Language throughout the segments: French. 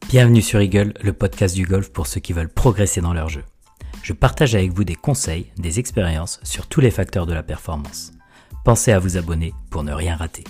Bienvenue sur Eagle, le podcast du golf pour ceux qui veulent progresser dans leur jeu. Je partage avec vous des conseils, des expériences sur tous les facteurs de la performance. Pensez à vous abonner pour ne rien rater.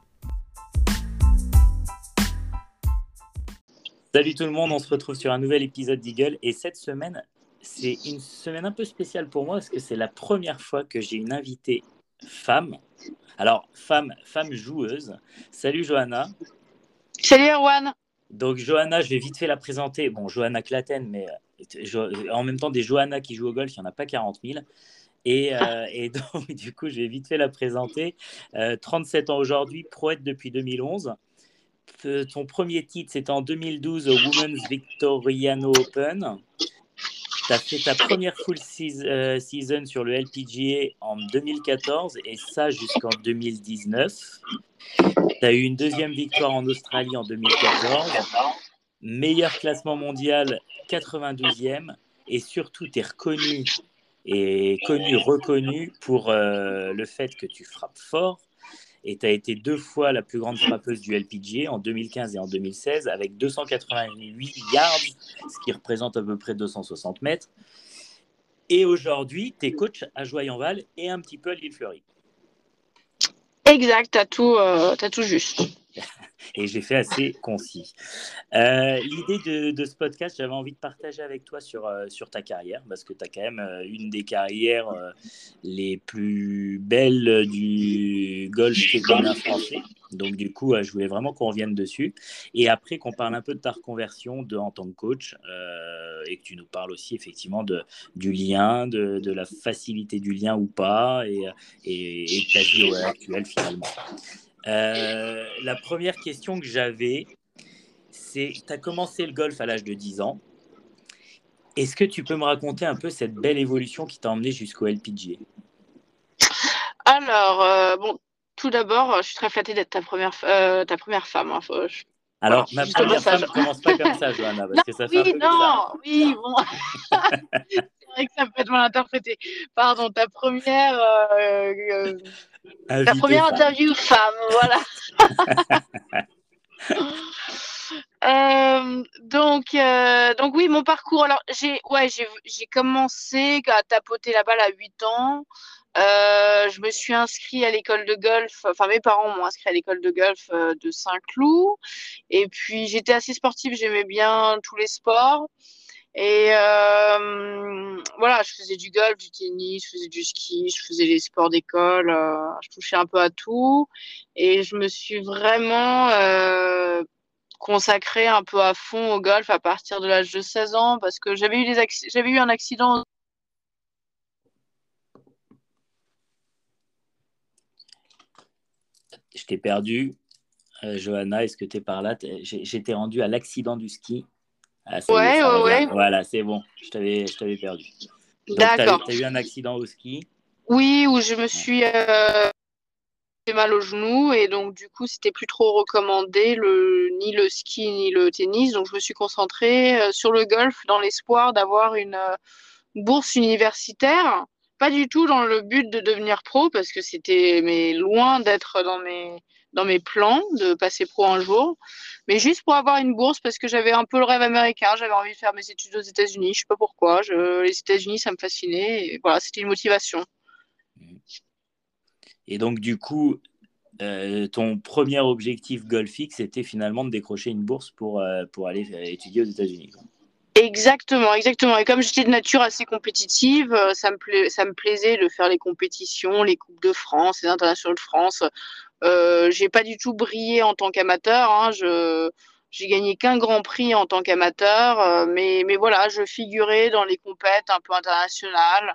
Salut tout le monde, on se retrouve sur un nouvel épisode d'Eagle et cette semaine, c'est une semaine un peu spéciale pour moi parce que c'est la première fois que j'ai une invitée femme. Alors, femme joueuse. Salut Johanna. Salut Erwan. Donc Johanna, je vais vite fait la présenter. Bon, Johanna Claten, mais en même temps, des Johanna qui jouent au golf, il n'y en a pas 40 000. Et donc, du coup, je vais vite fait la présenter. 37 ans aujourd'hui, prouette depuis 2011. Ton premier titre, c'était en 2012 au Women's Victoriano Open. Tu as fait ta première full season sur le LPGA en 2014 et ça jusqu'en 2019. Tu as eu une deuxième victoire en Australie en 2014. Meilleur classement mondial, 92e. Et surtout, tu es reconnu reconnu pour le fait que tu frappes fort. Et tu as été 2 fois la plus grande frappeuse du LPGA en 2015 et en 2016 avec 288 yards, ce qui représente à peu près 260 mètres. Et aujourd'hui, tu es coach à Joyenval et un petit peu à l'île Fleury. Exact, t'as tout juste. Et j'ai fait assez concis. L'idée de ce podcast, j'avais envie de partager avec toi sur ta carrière, parce que tu as quand même une des carrières les plus belles du golf féminin français. Donc du coup, je voulais vraiment qu'on revienne dessus. Et après, qu'on parle un peu de ta reconversion en tant que coach, et que tu nous parles aussi effectivement du lien, de la facilité du lien ou pas, et de ta vie actuelle finalement. La première question que j'avais, c'est, tu as commencé le golf à l'âge de 10 ans. Est-ce que tu peux me raconter un peu cette belle évolution qui t'a emmené jusqu'au LPGA? Alors, tout d'abord, je suis très flattée d'être ta première femme. Alors, voilà, ma juste au première passage. femme, commence pas comme ça, Johanna, parce Non, que ça fait un oui, peu bizarre. non, oui, bon. C'est vrai que ça peut être mal interprété. Pardon, ta première Invitée femme. interview femme, voilà. Donc oui, mon parcours. Alors, j'ai commencé à tapoter la balle à 8 ans. Je me suis inscrite à l'école de golf. Enfin, mes parents m'ont inscrit à l'école de golf de Saint-Cloud. Et puis, j'étais assez sportive. J'aimais bien tous les sports. Et voilà, je faisais du golf, du tennis, je faisais du ski, je faisais les sports d'école. Je touchais un peu à tout. Et je me suis vraiment consacrée un peu à fond au golf à partir de l'âge de 16 ans parce que j'avais eu un accident. Je t'ai perdu. Johanna, est-ce que tu es par là? J'étais rendu à l'accident du ski. Ah, ça y est, ça revient. Ouais. Voilà, c'est bon, je t'avais perdu. Donc, tu D'accord. as eu un accident au ski. Oui, où je me suis fait mal au genou et donc du coup, c'était plus trop recommandé ni le ski ni le tennis. Donc, je me suis concentrée sur le golf dans l'espoir d'avoir une bourse universitaire. Pas du tout dans le but de devenir pro parce que c'était mais loin d'être dans mes plans de passer pro un jour, mais juste pour avoir une bourse parce que j'avais un peu le rêve américain, j'avais envie de faire mes études aux États-Unis, je sais pas pourquoi, les États-Unis ça me fascinait et voilà, c'était une motivation. Et donc, du coup, ton premier objectif golfique, c'était finalement de décrocher une bourse pour aller étudier aux États-Unis. Exactement, exactement. Et comme j'étais de nature assez compétitive, ça me plaisait de faire les compétitions, les Coupes de France, les Internationales de France. J'ai pas du tout brillé en tant qu'amateur. Hein. J'ai gagné qu'un Grand Prix en tant qu'amateur, mais voilà, je figurais dans les compètes un peu internationales.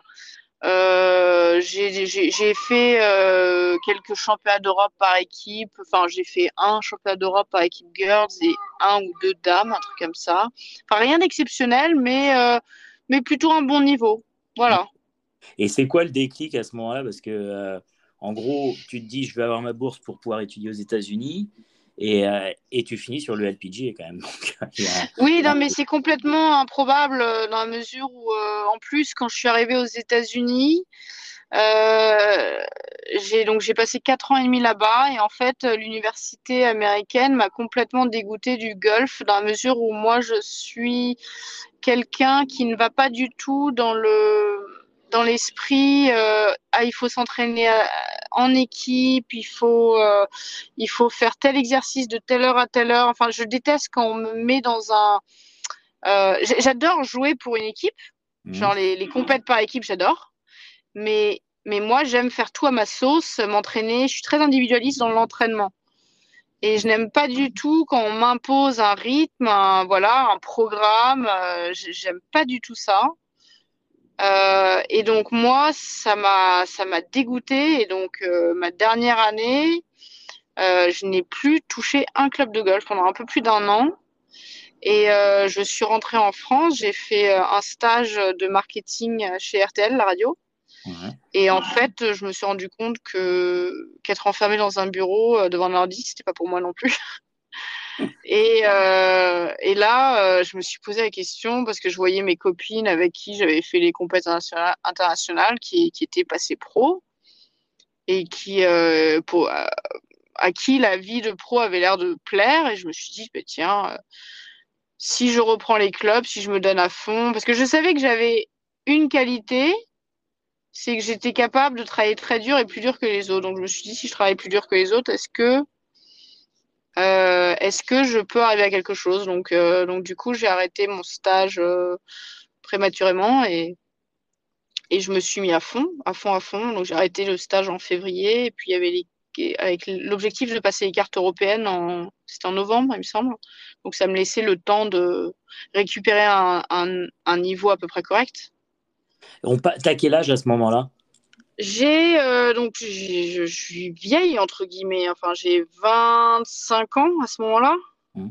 J'ai fait quelques championnats d'Europe par équipe. Enfin, j'ai fait un championnat d'Europe par équipe girls et un ou deux dames, un truc comme ça. Enfin, rien d'exceptionnel, mais plutôt un bon niveau. Voilà. Et c'est quoi le déclic à ce moment-là? Parce que, en gros, tu te dis, je vais avoir ma bourse pour pouvoir étudier aux États-Unis. Et tu finis sur le LPGA quand même. Donc, Oui, non, mais c'est complètement improbable dans la mesure où, en plus, quand je suis arrivée aux États-Unis, j'ai passé 4 ans et demi là-bas et en fait, l'université américaine m'a complètement dégoûtée du golf dans la mesure où moi, je suis quelqu'un qui ne va pas du tout dans l'esprit. Il faut s'entraîner en équipe, il faut faire tel exercice de telle heure à telle heure. Enfin, je déteste quand on me met dans un. J'adore jouer pour une équipe, genre les compètes par équipe, j'adore. Mais moi, j'aime faire tout à ma sauce, m'entraîner. Je suis très individualiste dans l'entraînement. Et je n'aime pas du tout quand on m'impose un rythme, un programme. J'aime pas du tout ça. Et donc, moi, ça m'a dégoûtée. Et donc, ma dernière année, je n'ai plus touché un club de golf pendant un peu plus d'un an. Et je suis rentrée en France. J'ai fait un stage de marketing chez RTL, la radio. Ouais. Et en fait, je me suis rendu compte qu'être enfermée dans un bureau devant un ordi, c'était pas pour moi non plus. Et là, je me suis posé la question parce que je voyais mes copines avec qui j'avais fait les compétitions internationales qui étaient passées pro et à qui la vie de pro avait l'air de plaire. Et je me suis dit, bah, tiens, si je reprends les clubs, si je me donne à fond, parce que je savais que j'avais une qualité, c'est que j'étais capable de travailler très dur et plus dur que les autres. Donc je me suis dit, si je travaille plus dur que les autres, est-ce que je peux arriver à quelque chose? Donc du coup, j'ai arrêté mon stage prématurément et je me suis mis à fond, à fond, à fond. Donc j'ai arrêté le stage en février et puis il y avait avec l'objectif de passer les cartes européennes c'était en novembre, il me semble. Donc ça me laissait le temps de récupérer un niveau à peu près correct. T'as quel âge à ce moment-là? Je suis vieille entre guillemets. Enfin, j'ai 25 ans à ce moment-là. Mmh.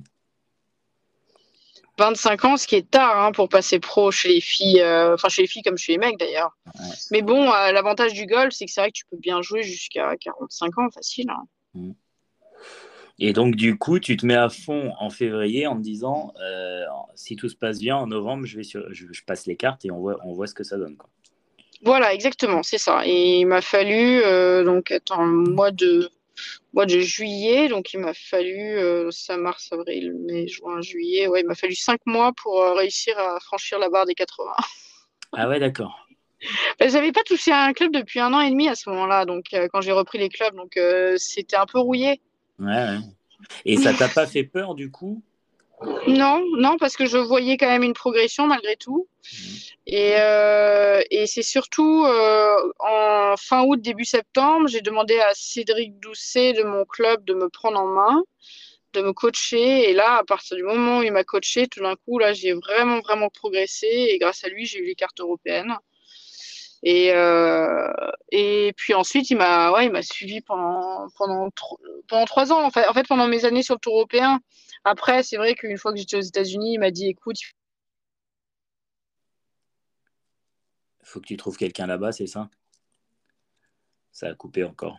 25 ans, ce qui est tard hein, pour passer pro chez les filles, enfin chez les filles comme chez les mecs d'ailleurs. Ouais. Mais bon, l'avantage du golf, c'est que c'est vrai que tu peux bien jouer jusqu'à 45 ans, facile. Hein. Mmh. Et donc, du coup, tu te mets à fond en février en te disant, si tout se passe bien, en novembre, je passe les cartes et on voit ce que ça donne, quoi. Voilà, exactement, c'est ça. Et il m'a fallu donc attends, mois de juillet, donc il m'a fallu ça, mars, avril, mai, juin, juillet. Ouais, il m'a fallu 5 mois pour réussir à franchir la barre des 80. Ah ouais, d'accord. J'avais pas touché à un club depuis 1 an et demi à ce moment-là, donc quand j'ai repris les clubs, donc c'était un peu rouillé. Ouais, ouais. Et ça t'a pas fait peur, du coup? Non, non, parce que je voyais quand même une progression malgré tout. Mmh. Et c'est surtout en fin août, début septembre, j'ai demandé à Cédric Doucet de mon club de me prendre en main, de me coacher. Et là, à partir du moment où il m'a coaché, tout d'un coup, là, j'ai vraiment, vraiment progressé. Et grâce à lui, j'ai eu les cartes européennes. Et puis ensuite, il m'a suivi pendant 3 ans. En fait, pendant mes années sur le tour européen. Après, c'est vrai qu'une fois que j'étais aux États-Unis, il m'a dit, écoute, Faut que tu trouves quelqu'un là-bas, c'est ça? Ça a coupé encore.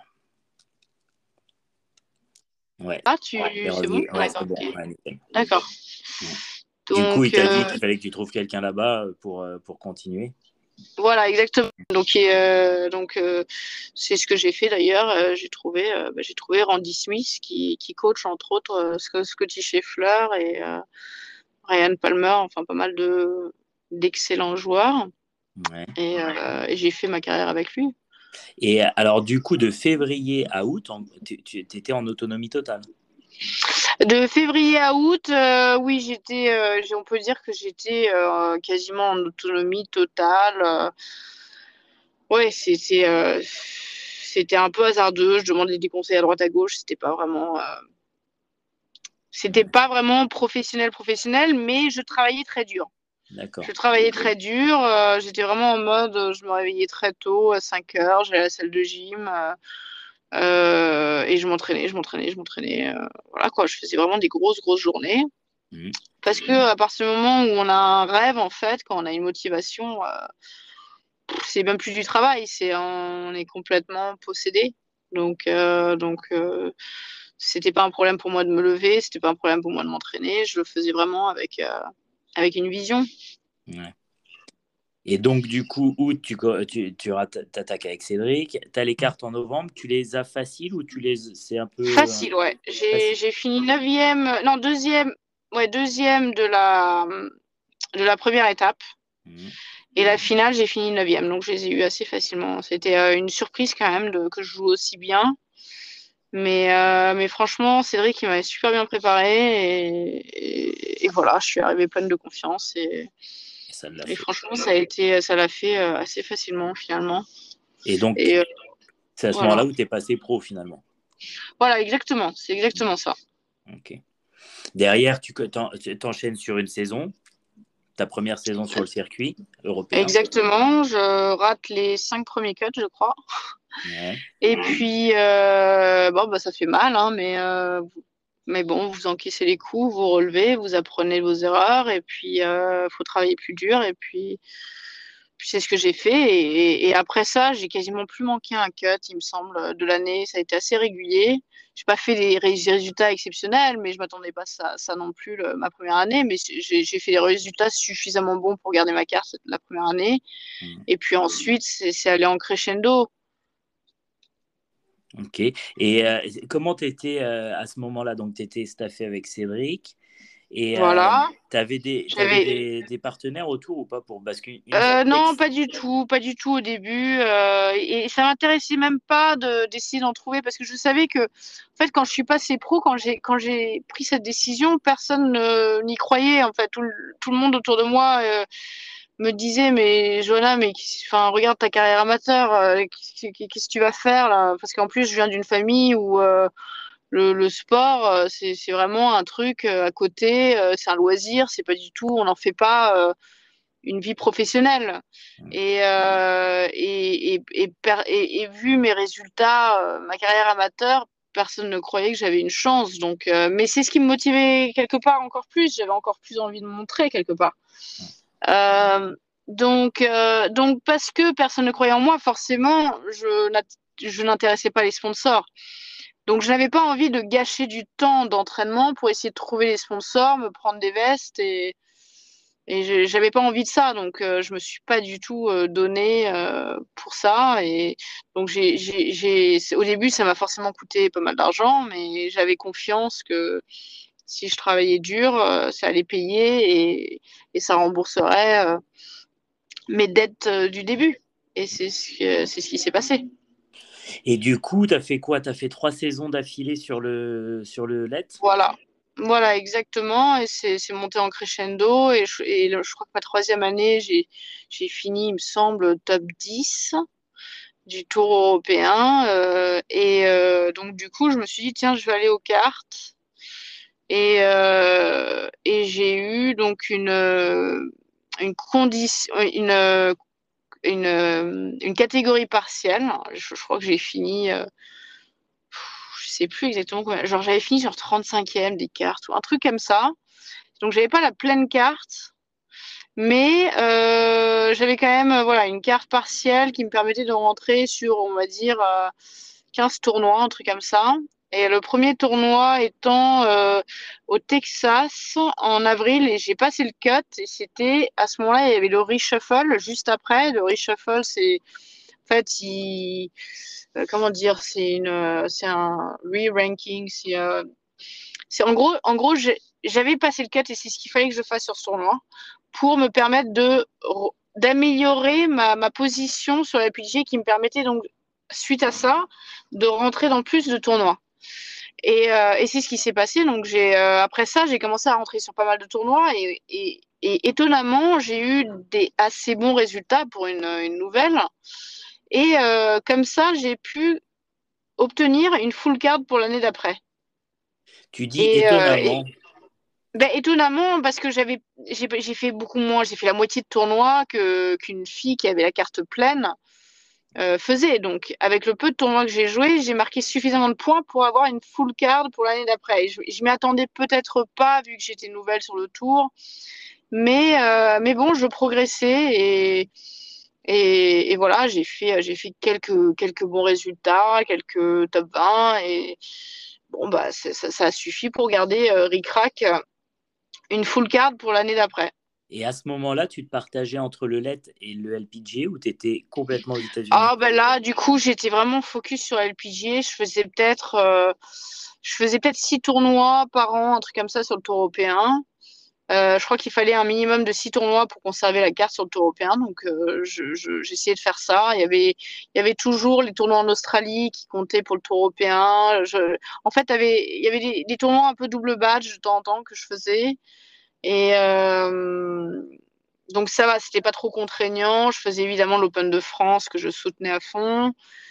Ouais. c'est bon? Ouais, c'est bon. Ouais, nickel. D'accord. Ouais. Du coup, il Donc, t'a dit qu'il fallait que tu trouves quelqu'un là-bas pour continuer. voilà, exactement. Donc, c'est ce que j'ai fait d'ailleurs. J'ai trouvé Randy Smith qui coach entre autres Scotty Scheffler et Ryan Palmer, enfin pas mal d'excellents joueurs. Ouais. Et j'ai fait ma carrière avec lui. Et alors, du coup, de février à août, tu étais en autonomie totale. De février à août, oui, on peut dire que j'étais quasiment en autonomie totale. Ouais, c'était un peu hasardeux. Je demandais des conseils à droite à gauche. C'était pas vraiment professionnel, professionnel, mais je travaillais très dur. D'accord. Je travaillais très dur. J'étais vraiment en mode, je me réveillais très tôt, à 5 heures. J'allais à la salle de gym. Et je m'entraînais, je m'entraînais, je m'entraînais. Voilà quoi, je faisais vraiment des grosses, grosses journées. Mmh. Parce que à partir du moment où on a un rêve, en fait, quand on a une motivation, c'est même plus du travail, on est complètement possédé. Donc, c'était pas un problème pour moi de me lever, c'était pas un problème pour moi de m'entraîner. Je le faisais vraiment avec une vision. Ouais. Et donc, du coup, août, tu t'attaques avec Cédric. Tu as les cartes en novembre. Tu les as faciles ou c'est un peu Facile, ouais. facile? J'ai fini neuvième, non, deuxième, ouais, deuxième de la première étape. Mhm. Et la finale, j'ai fini neuvième. Donc, je les ai eu assez facilement. C'était une surprise quand même que je joue aussi bien. Mais franchement, Cédric, il m'avait super bien préparé. Et voilà, je suis arrivée pleine de confiance. Et ça l'a Et fait. franchement, ça l'a fait assez facilement finalement. Et donc, Et c'est à ce voilà. moment-là où tu es passé pro finalement. Voilà, exactement. C'est exactement ça. Ok. Derrière, tu t'enchaînes sur une saison, ta première saison sur le circuit européen. Exactement. Je rate les 5 premiers cuts, je crois. Ouais. Et puis, bon, bah, ça fait mal, hein, mais bon, vous encaissez les coups, vous relevez, vous apprenez vos erreurs, et puis, faut travailler plus dur, et puis c'est ce que j'ai fait. Et après ça, j'ai quasiment plus manqué un cut, il me semble, de l'année. Ça a été assez régulier. J'ai pas fait des résultats exceptionnels, mais je m'attendais pas à ça non plus ma première année. Mais j'ai fait des résultats suffisamment bons pour garder ma carte la première année. Mhm. Et puis ensuite, c'est allé en crescendo. Ok. Et comment tu étais à ce moment-là? Donc, tu étais staffé avec Cédric. Et Voilà. t'avais J'avais des partenaires autour ou pas pour parce qu'une non, pas du tout au début. Et ça m'intéressait même pas d'essayer d'en trouver parce que je savais que, en fait, quand je suis passée pro, quand j'ai pris cette décision, personne n'y croyait. En fait, tout le monde autour de moi me disait, mais Joanna, mais enfin, regarde ta carrière amateur, qu'est-ce que tu vas faire là? Parce qu'en plus, je viens d'une famille où le sport, c'est vraiment un truc à côté, c'est un loisir, c'est pas du tout, on n'en fait pas. Une vie professionnelle. Et vu mes résultats, ma carrière amateur, personne ne croyait que j'avais une chance. Donc, mais c'est ce qui me motivait quelque part encore plus. J'avais encore plus envie de me montrer quelque part. Euh, donc, parce que personne ne croyait en moi, forcément, je n'intéressais pas les sponsors. Donc, je n'avais pas envie de gâcher du temps d'entraînement pour essayer de trouver les sponsors, me prendre des vestes et j'avais pas envie de ça, donc je me suis pas du tout donnée pour ça. Et donc au début, ça m'a forcément coûté pas mal d'argent, mais j'avais confiance que si je travaillais dur, ça allait payer et ça rembourserait mes dettes du début. Et c'est ce qui s'est passé. et du coup, tu as fait quoi? Tu as fait 3 saisons d'affilée sur le LED? Voilà. Voilà, exactement. Et c'est monté en crescendo. Je crois que ma troisième année, j'ai fini, il me semble, top 10 du Tour européen. Donc, du coup, je me suis dit, tiens, je vais aller aux cartes. Et j'ai eu donc une condition, une catégorie partielle. Je crois que j'ai fini, je sais plus exactement combien. Genre, j'avais fini sur 35e des cartes ou un truc comme ça. Donc, j'avais pas la pleine carte. Mais j'avais quand même voilà, une carte partielle qui me permettait de rentrer sur, on va dire, 15 tournois, un truc comme ça. Et le premier tournoi étant au Texas en avril, et j'ai passé le cut. Et c'était à ce moment-là, il y avait le reshuffle juste après. Le reshuffle, c'est en fait, comment dire, c'est un re-ranking. C'est en gros, j'avais passé le cut et c'est ce qu'il fallait que je fasse sur ce tournoi pour me permettre d'améliorer ma position sur la PGA qui me permettait donc, suite à ça, de rentrer dans plus de tournois. Et c'est ce qui s'est passé. Donc après ça, j'ai commencé à rentrer sur pas mal de tournois et étonnamment, j'ai eu des assez bons résultats pour une nouvelle. Et comme ça, j'ai pu obtenir une full card pour l'année d'après. Tu dis Et, euh, et, étonnamment. Ben, étonnamment, parce que j'ai fait beaucoup moins, j'ai fait la moitié de tournois qu'une fille qui avait la carte pleine faisait. Donc, avec le peu de tournois que j'ai joué, j'ai marqué suffisamment de points pour avoir une full card pour l'année d'après. Je m'y attendais peut-être pas vu que j'étais nouvelle sur le tour, mais bon, je progressais et voilà, j'ai fait quelques bons résultats, quelques top 20 et bon, bah, ça a suffi pour garder Ric Rac une full card pour l'année d'après. Et à ce moment-là, tu te partageais entre le LED et le LPGA ou tu étais complètement aux États-Unis? Ah ben là, du coup, j'étais vraiment focus sur LPGA. Je faisais peut-être 6 tournois par an, un truc comme ça sur le tour européen. Je crois qu'il fallait un minimum de 6 tournois pour conserver la carte sur le tour européen. Donc, j'essayais de faire ça. Il y avait toujours les tournois en Australie qui comptaient pour le tour européen. En fait, il y avait des tournois un peu double badge de temps en temps que je faisais. Et donc, ça va, c'était pas trop contraignant. Je faisais évidemment l'Open de France que je soutenais à fond.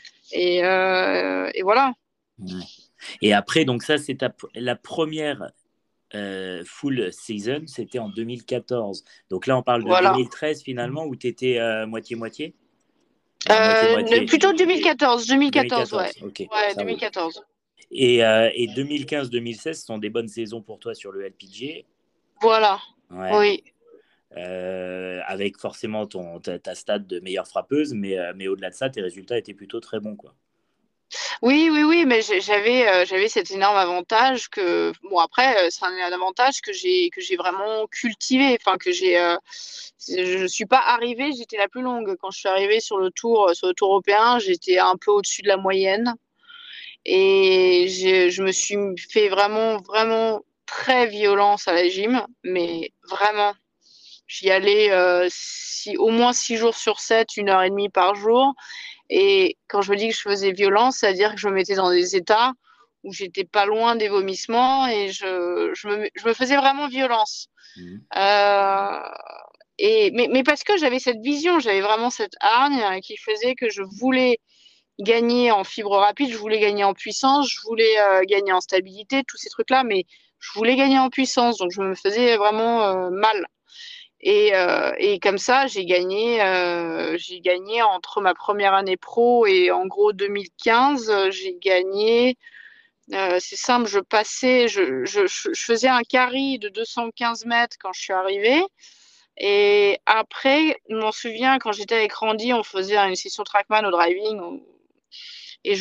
Et voilà. Ouais. Et après, donc ça, c'est la première full season, c'était en 2014. Donc là, on parle de Voilà. 2013 finalement, où tu étais moitié-moitié? Enfin, moitié-moitié. Plutôt 2014. 2014, ouais. 2014, ok, Ouais, ça roule. 2014. Et 2015-2016 sont des bonnes saisons pour toi sur le LPGA. Voilà. Ouais. Oui. Avec forcément ta stat de meilleure frappeuse, mais au-delà de ça, tes résultats étaient plutôt très bons, quoi. Oui, oui, oui, mais j'avais cet énorme avantage que, bon, après, c'est un avantage que j'ai vraiment cultivé. Enfin, je suis pas arrivée, j'étais la plus longue. Quand je suis arrivée sur le tour européen, j'étais un peu au-dessus de la moyenne. Et je me suis fait vraiment, vraiment très violence à la gym, mais vraiment. J'y allais au moins 6 jours sur 7, 1 heure et demie par jour. Et quand je me dis que je faisais violence, c'est-à-dire que je me mettais dans des états où j'étais pas loin des vomissements et je me faisais vraiment violence. Mhm. Euh, mais parce que j'avais cette vision, j'avais vraiment cette hargne qui faisait que je voulais gagner en fibre rapide, je voulais gagner en puissance, je voulais gagner en stabilité, tous ces trucs-là, mais je voulais gagner en puissance, donc je me faisais vraiment mal. Et comme ça, j'ai gagné entre ma première année pro et en gros 2015, j'ai gagné. C'est simple, je faisais un carry de 215 mètres quand je suis arrivée. Et après, je m'en souviens, quand j'étais avec Randy, on faisait une session Trackman au driving. Et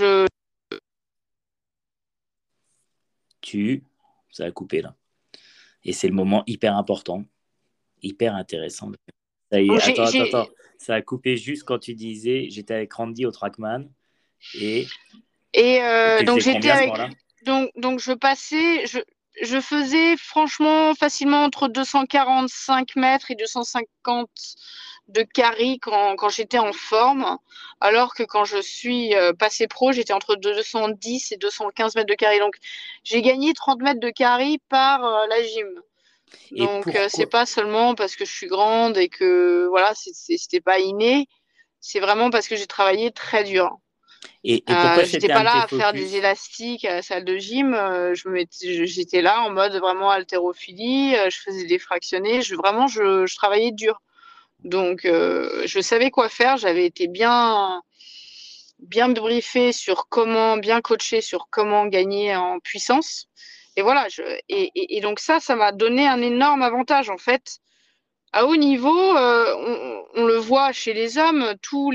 Ça a coupé là. Et c'est le moment hyper important, hyper intéressant. Ça y est, donc attends. Ça a coupé juste quand tu disais j'étais avec Randy au Trackman et, et tu donc faisais j'étais combien à ce avec. moment-là? Donc je faisais franchement facilement entre 245 mètres et 250 de carry quand j'étais en forme, alors que quand je suis passé pro, j'étais entre 210 et 215 mètres de carry. Donc j'ai gagné 30 mètres de carry par la gym. Et Donc c'est pourquoi? pas seulement parce que je suis grande et que voilà, c'était pas inné, c'est vraiment parce que j'ai travaillé très dur. Et pourquoi J'étais c'était un pas de tes là à faire des focus? élastiques à la salle de gym. J'étais là en mode vraiment haltérophilie. Je faisais des fractionnés. Je travaillais dur. Donc, je savais quoi faire. J'avais été bien briefée sur bien coachée sur comment gagner en puissance. Et voilà. Et donc ça m'a donné un énorme avantage en fait. À haut niveau, on le voit chez les hommes,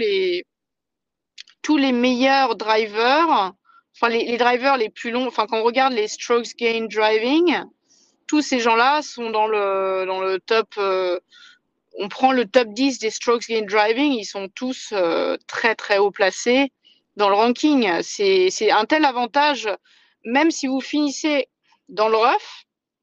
tous les meilleurs drivers, enfin les drivers les plus longs, enfin quand on regarde les strokes gain driving, tous ces gens-là sont dans le top. On prend le top 10 des strokes gain driving, ils sont tous très très haut placés dans le ranking. C'est un tel avantage, même si vous finissez dans le rough,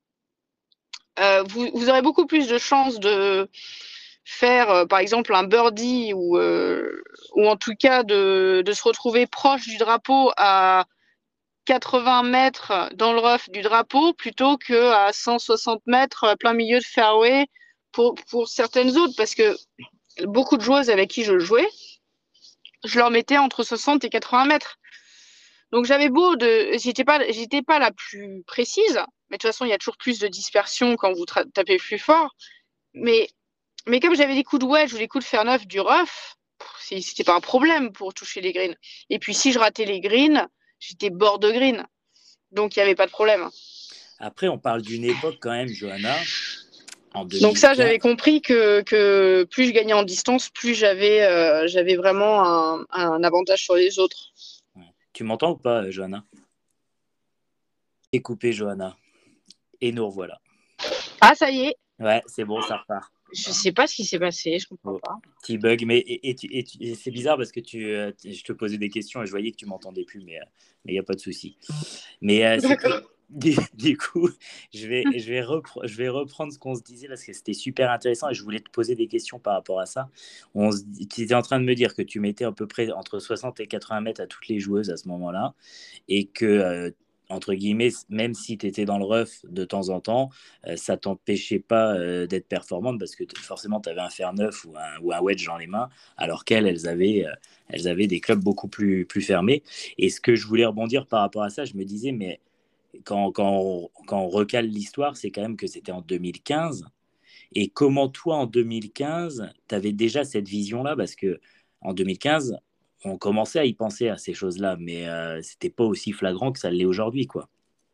vous aurez beaucoup plus de chances de faire par exemple un birdie ou en tout cas de se retrouver proche du drapeau à 80 mètres dans le rough du drapeau plutôt qu'à 160 mètres plein milieu de fairway pour certaines autres parce que beaucoup de joueuses avec qui je jouais, je leur mettais entre 60 et 80 mètres. Donc j'étais pas la plus précise, mais de toute façon il y a toujours plus de dispersion quand vous tapez plus fort. Mais comme j'avais des coups de wedge ou des coups de fer neuf du rough, c'était pas un problème pour toucher les greens. Et puis si je ratais les greens, j'étais bord de green. Donc il n'y avait pas de problème. Après, on parle d'une époque quand même, Johanna, en Donc ça, 2015. j'avais compris que plus je gagnais en distance, plus j'avais vraiment un avantage sur les autres. Ouais. Tu m'entends ou pas, Johanna? T'es coupé, Johanna. Et nous revoilà. Ah, ça y est. Ouais, c'est bon, ça repart. Je sais pas ce qui s'est passé, je comprends Oh, pas. petit bug, mais et c'est bizarre parce que je te posais des questions et je voyais que tu m'entendais plus, mais il n'y a pas de souci. Mais D'accord. du coup, je vais reprendre ce qu'on se disait parce que c'était super intéressant et je voulais te poser des questions par rapport à ça. Tu étais en train de me dire que tu mettais à peu près entre 60 et 80 mètres à toutes les joueuses à ce moment-là et que, entre guillemets, même si tu étais dans le rough de temps en temps, ça t'empêchait pas d'être performante parce que forcément, tu avais un fer neuf ou un wedge dans les mains, alors qu'elles, elles avaient des clubs beaucoup plus fermés. Et ce que je voulais rebondir par rapport à ça, je me disais, mais quand on recale l'histoire, c'est quand même que c'était en 2015. Et comment toi, en 2015, tu avais déjà cette vision-là? Parce que en 2015, on commençait à y penser à ces choses-là, mais c'était pas aussi flagrant que ça l'est aujourd'hui, quoi.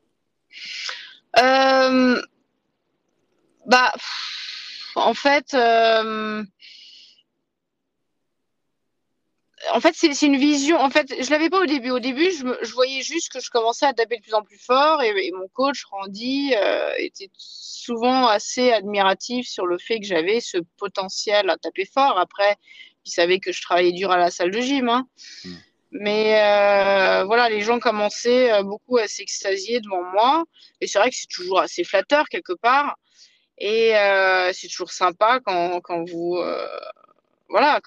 Euh, Bah, en fait, c'est une vision. En fait, je l'avais pas au début. Au début, je voyais juste que je commençais à taper de plus en plus fort et mon coach, Randy, était souvent assez admiratif sur le fait que j'avais ce potentiel à taper fort. Après, il savait que je travaillais dur à la salle de gym, hein. Mm. Mais voilà, les gens commençaient beaucoup à s'extasier devant moi. Et c'est vrai que c'est toujours assez flatteur quelque part. Et c'est toujours sympa quand vous, voilà,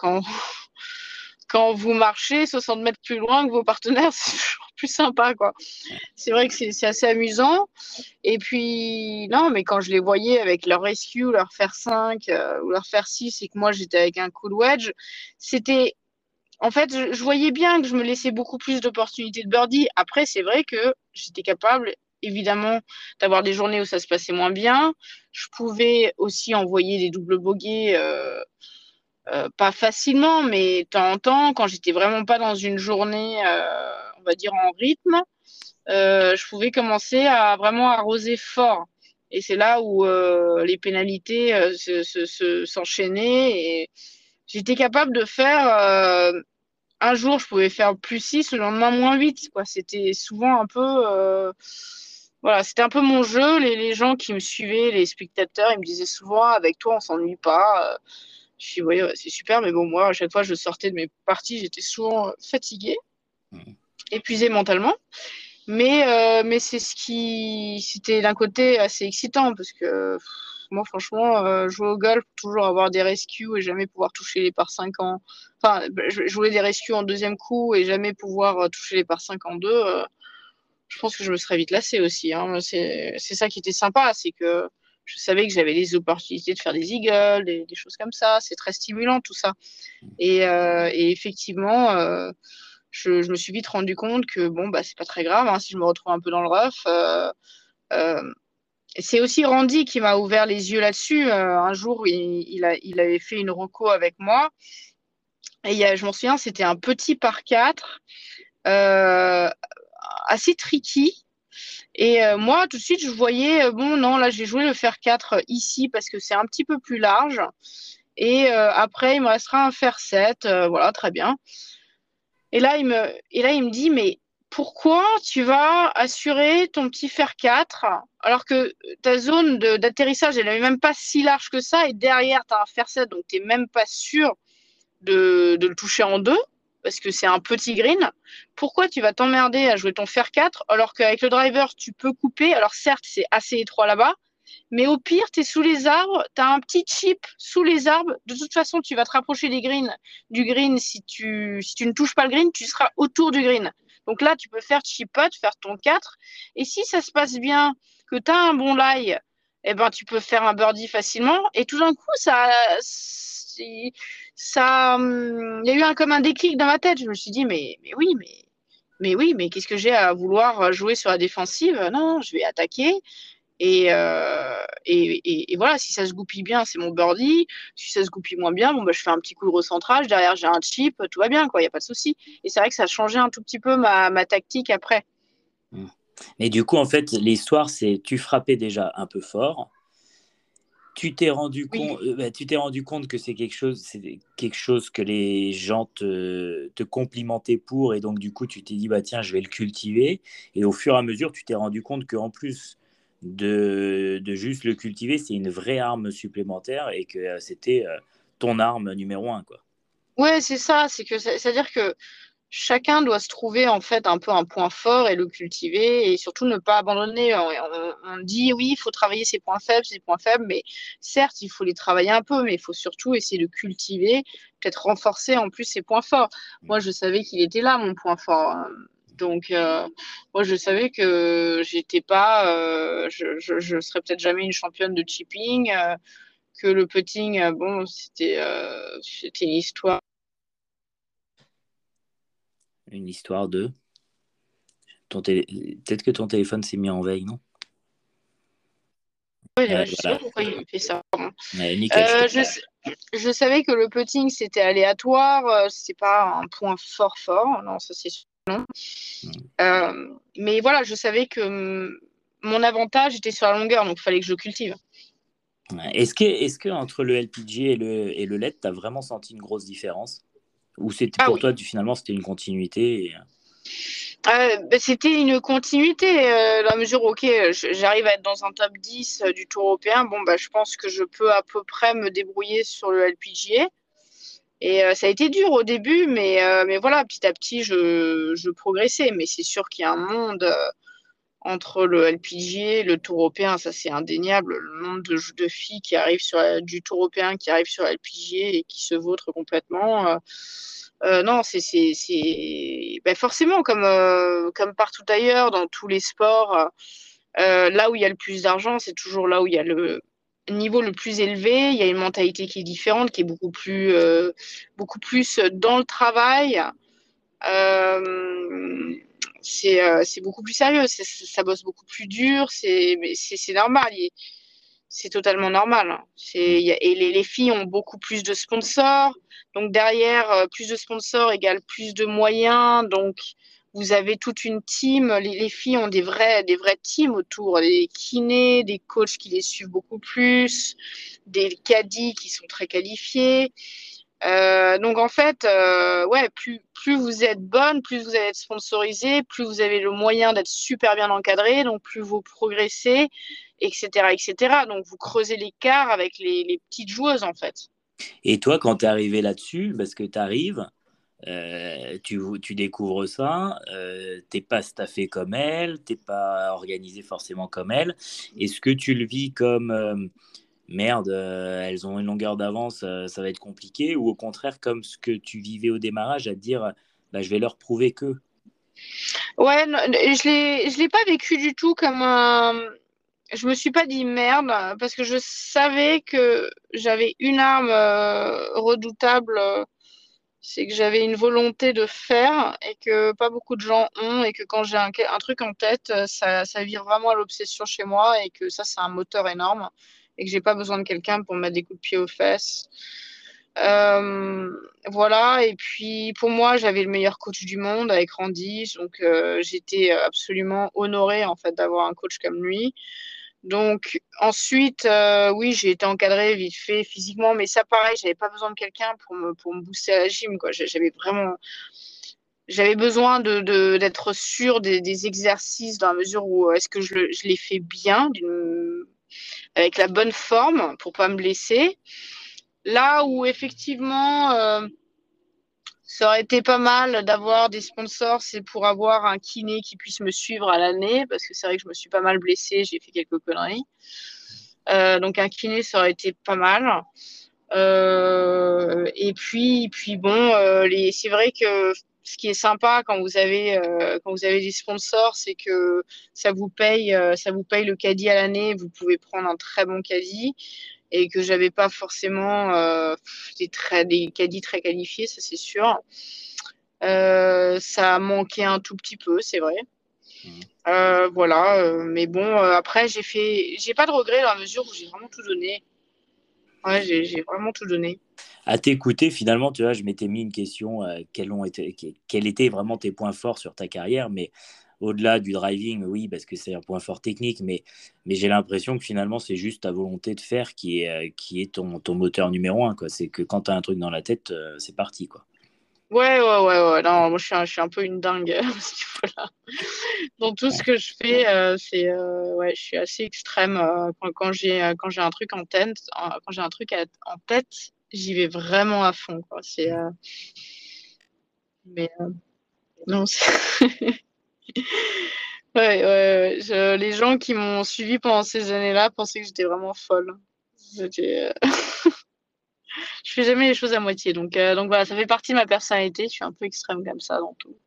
quand vous marchez 60 mètres plus loin que vos partenaires, c'est toujours plus sympa, quoi. C'est vrai que c'est assez amusant. Et puis, non, mais quand je les voyais avec leur rescue, leur fer 5 ou leur fer 6 et que moi j'étais avec un cool wedge, c'était. En fait, je voyais bien que je me laissais beaucoup plus d'opportunités de birdie. Après, c'est vrai que j'étais capable, évidemment, d'avoir des journées où ça se passait moins bien. Je pouvais aussi envoyer des doubles bogeys, pas facilement, mais de temps en temps, quand j'étais vraiment pas dans une journée, on va dire en rythme, je pouvais commencer à vraiment arroser fort. Et c'est là où les pénalités s'enchaînaient et j'étais capable de faire un jour, je pouvais faire +6, le lendemain -8, quoi. C'était souvent un peu. Voilà, c'était un peu mon jeu. Les gens qui me suivaient, les spectateurs, ils me disaient souvent, avec toi, on s'ennuie pas. Je suis, oui, ouais, c'est super, mais bon, moi, à chaque fois, je sortais de mes parties, j'étais souvent fatiguée, Mm. épuisée mentalement. Mais c'est ce qui. C'était d'un côté assez excitant, parce que moi, franchement, jouer au golf, toujours avoir des rescues et jamais pouvoir toucher les par 5 en. Enfin, jouer des rescues en deuxième coup et jamais pouvoir toucher les par 5 en deux, je pense que je me serais vite lassée aussi, hein. C'est ça qui était sympa, c'est que je savais que j'avais des opportunités de faire des eagles, des choses comme ça. C'est très stimulant tout ça. Et effectivement, je me suis vite rendu compte que bon, bah, c'est pas très grave, hein, si je me retrouve un peu dans le rough. Euh, c'est aussi Randy qui m'a ouvert les yeux là-dessus. Un jour, il avait fait une reco avec moi. Et je m'en souviens, c'était un petit par 4, euh, assez tricky. Et moi, tout de suite, je voyais, bon, non, là, j'ai joué le fer 4 ici parce que c'est un petit peu plus large. Et après, il me restera un fer 7. Voilà, très bien. Et là, il me dit, mais pourquoi tu vas assurer ton petit fer 4 alors que ta zone d'atterrissage, elle n'est même pas si large que ça et derrière, tu as un fer 7, donc tu n'es même pas sûr de le toucher en deux parce que c'est un petit green. Pourquoi tu vas t'emmerder à jouer ton fer 4 alors qu'avec le driver, tu peux couper? Alors certes, c'est assez étroit là-bas, mais au pire, tu es sous les arbres, tu as un petit chip sous les arbres. De toute façon, tu vas te rapprocher du green. Si tu ne touches pas le green, tu seras autour du green. Donc là, tu peux faire chip putt, faire ton 4. Et si ça se passe bien, que tu as un bon lie, eh ben, tu peux faire un birdie facilement. Et tout d'un coup, il y a eu comme un déclic dans ma tête. Je me suis dit, mais oui, mais qu'est-ce que j'ai à vouloir jouer sur la défensive? Non, je vais attaquer. Et voilà, si ça se goupille bien, c'est mon birdie. Si ça se goupille moins bien, bon, bah, je fais un petit coup de recentrage. Derrière, j'ai un chip, tout va bien, quoi. Il n'y a pas de souci. Et c'est vrai que ça a changé un tout petit peu ma tactique après. Mm. Mais du coup, en fait, l'histoire, c'est tu frappais déjà un peu fort. Oui. Tu t'es rendu compte que c'est quelque chose que les gens te complimentaient pour, et donc du coup, tu t'es dit, bah tiens, je vais le cultiver. Et au fur et à mesure, tu t'es rendu compte qu'en plus de juste le cultiver, c'est une vraie arme supplémentaire et que c'était ton arme numéro un, quoi. Ouais, c'est ça. C'est-à-dire que chacun doit se trouver en fait un peu un point fort et le cultiver et surtout ne pas abandonner. On dit oui, il faut travailler ses points faibles, mais certes, il faut les travailler un peu, mais il faut surtout essayer de cultiver, peut-être renforcer en plus ses points forts. Moi, je savais qu'il était là, mon point fort, hein. Donc, moi, je savais que j'étais pas, je serais peut-être jamais une championne de chipping, que le putting, bon, c'était une histoire. Une histoire de... Peut-être que ton téléphone s'est mis en veille, non? Ouais, je sais pas Voilà. pourquoi il fait ça. Nickel. Je savais que le putting c'était aléatoire, c'est pas un point fort fort, non, ça c'est sûr. Mais voilà, je savais que mon avantage était sur la longueur, donc il fallait que je cultive. Est-ce que entre le LPG et le LED, tu as vraiment senti une grosse différence? Ou c'était Ah pour oui. toi, finalement, c'était une continuité C'était une continuité, dans la mesure où ok, j'arrive à être dans un top 10 du Tour européen. Bon, bah, je pense que je peux à peu près me débrouiller sur le LPGA. Et ça a été dur au début, mais voilà, petit à petit, je progressais. Mais c'est sûr qu'il y a un monde entre le LPGA, le Tour européen, ça c'est indéniable. Le nombre de filles qui arrivent du Tour européen, qui arrivent sur LPGA et qui se vautrent complètement. Non, ben forcément, comme partout ailleurs, dans tous les sports, là où il y a le plus d'argent, c'est toujours là où il y a le niveau le plus élevé. Il y a une mentalité qui est différente, qui est beaucoup plus dans le travail. Euh, c'est beaucoup plus sérieux, ça bosse beaucoup plus dur, c'est normal, c'est totalement normal, hein. Et les filles ont beaucoup plus de sponsors, donc derrière, plus de sponsors égale plus de moyens, donc vous avez toute une team, les filles ont des vrais teams autour, des kinés, des coachs qui les suivent beaucoup plus, des caddies qui sont très qualifiés. Donc en fait, ouais, plus vous êtes bonne, plus vous allez être sponsorisé, plus vous avez le moyen d'être super bien encadré, donc plus vous progressez, etc., etc. Donc vous creusez l'écart avec les petites joueuses en fait. Et toi, quand tu es arrivé là-dessus, parce que tu arrives, tu découvres ça, t'es pas staffé comme elle, t'es pas organisé forcément comme elle. Est-ce que tu le vis comme merde, elles ont une longueur d'avance, ça va être compliqué, ou au contraire comme ce que tu vivais au démarrage, à te dire, bah, je vais leur prouver que. Ouais, non, je l'ai pas vécu du tout comme un. Je me suis pas dit merde parce que je savais que j'avais une arme redoutable, c'est que j'avais une volonté de faire et que pas beaucoup de gens ont et que quand j'ai un truc en tête, ça vire vraiment à l'obsession chez moi et que ça, c'est un moteur énorme et que j'ai pas besoin de quelqu'un pour me mettre des coups de pied aux fesses. Voilà, et puis pour moi, j'avais le meilleur coach du monde avec Randy, donc j'étais absolument honorée en fait d'avoir un coach comme lui. Donc ensuite, oui, j'ai été encadrée vite fait physiquement, mais ça pareil, j'avais pas besoin de quelqu'un pour me booster à la gym, quoi. J'avais besoin d'être sûre des exercices dans la mesure où est-ce que je les fais bien, avec la bonne forme pour pas me blesser. Là où effectivement, ça aurait été pas mal d'avoir des sponsors, c'est pour avoir un kiné qui puisse me suivre à l'année, parce que c'est vrai que je me suis pas mal blessée, j'ai fait quelques conneries. Donc un kiné, ça aurait été pas mal. Et puis bon, c'est vrai que ce qui est sympa quand vous avez des sponsors, c'est que ça vous paye le caddie à l'année. Vous pouvez prendre un très bon caddie et que j'avais pas forcément des caddies très qualifiés, ça c'est sûr. Ça a manqué un tout petit peu, c'est vrai. Voilà, mais bon, après j'ai pas de regrets dans la mesure où j'ai vraiment tout donné. Ouais, j'ai vraiment tout donné. À t'écouter, finalement, tu vois, je m'étais mis une question, quels étaient vraiment tes points forts sur ta carrière, mais au-delà du driving, oui, parce que c'est un point fort technique, mais j'ai l'impression que finalement, c'est juste ta volonté de faire qui est ton moteur numéro un, quoi. C'est que quand tu as un truc dans la tête, c'est parti, quoi. Ouais. Non, moi, je suis un peu une dingue à ce niveau-là. Dans tout ce que je fais, ouais, je suis assez extrême. Quand j'ai un truc en tête, quand j'ai un truc en tête, j'y vais vraiment à fond, quoi. Mais non, les gens qui m'ont suivi pendant ces années-là pensaient que j'étais vraiment folle. Je fais jamais les choses à moitié, donc voilà, ça fait partie de ma personnalité. Je suis un peu extrême comme ça dans tout.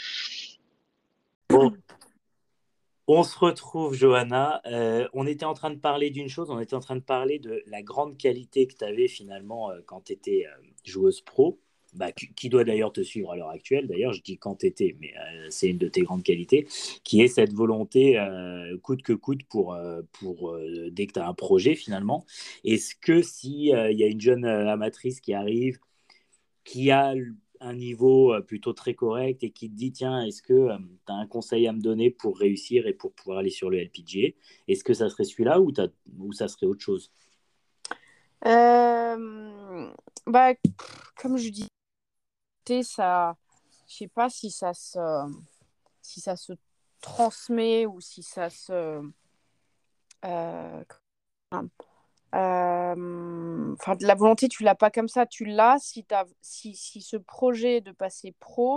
Bon, on se retrouve, Johanna. On était en train de parler d'une chose, on était en train de parler de la grande qualité que tu avais finalement quand tu étais joueuse pro, bah, qui doit d'ailleurs te suivre à l'heure actuelle. D'ailleurs, je dis quand tu étais, mais c'est une de tes grandes qualités, qui est cette volonté coûte que coûte pour dès que tu as un projet finalement. Est-ce que si il y a une jeune amatrice qui arrive, qui a un niveau plutôt très correct et qui te dit, tiens, est-ce que tu as un conseil à me donner pour réussir et pour pouvoir aller sur le LPGA? Est-ce que ça serait celui-là ou ça serait autre chose? Bah, comme je disais, ça, je sais pas si ça se transmet ou si ça se, euh, enfin, de la volonté, tu l'as pas comme ça, tu l'as si ce projet de passer pro,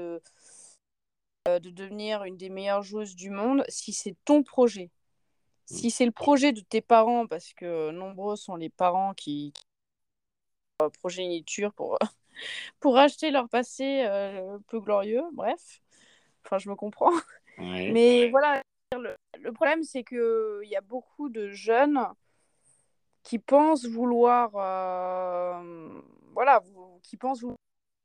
de devenir une des meilleures joueuses du monde, si c'est ton projet. Si c'est le projet de tes parents, parce que nombreux sont les parents qui progéniture pour acheter leur passé peu glorieux, bref, enfin je me comprends. Ouais. Mais voilà, le problème c'est qu'il y a beaucoup de jeunes qui pensent vouloir, voilà, qui pensent vouloir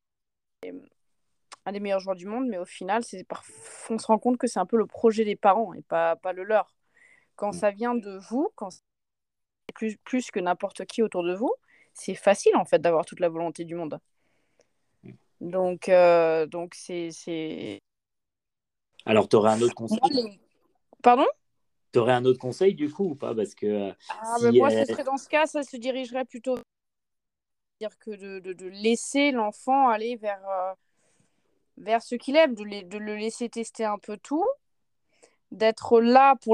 un des meilleurs joueurs du monde, mais au final, on se rend compte que c'est un peu le projet des parents et pas le leur. Quand ça vient de vous, quand c'est plus que n'importe qui autour de vous, c'est facile en fait d'avoir toute la volonté du monde. Donc c'est... Alors, tu aurais un autre conseil? Pardon? Tu aurais un autre conseil du coup ou pas? Parce que Ben si. moi, ce serait dans ce cas, ça se dirigerait plutôt dire que de laisser l'enfant aller vers ce qu'il aime, de le laisser tester un peu tout, d'être là pour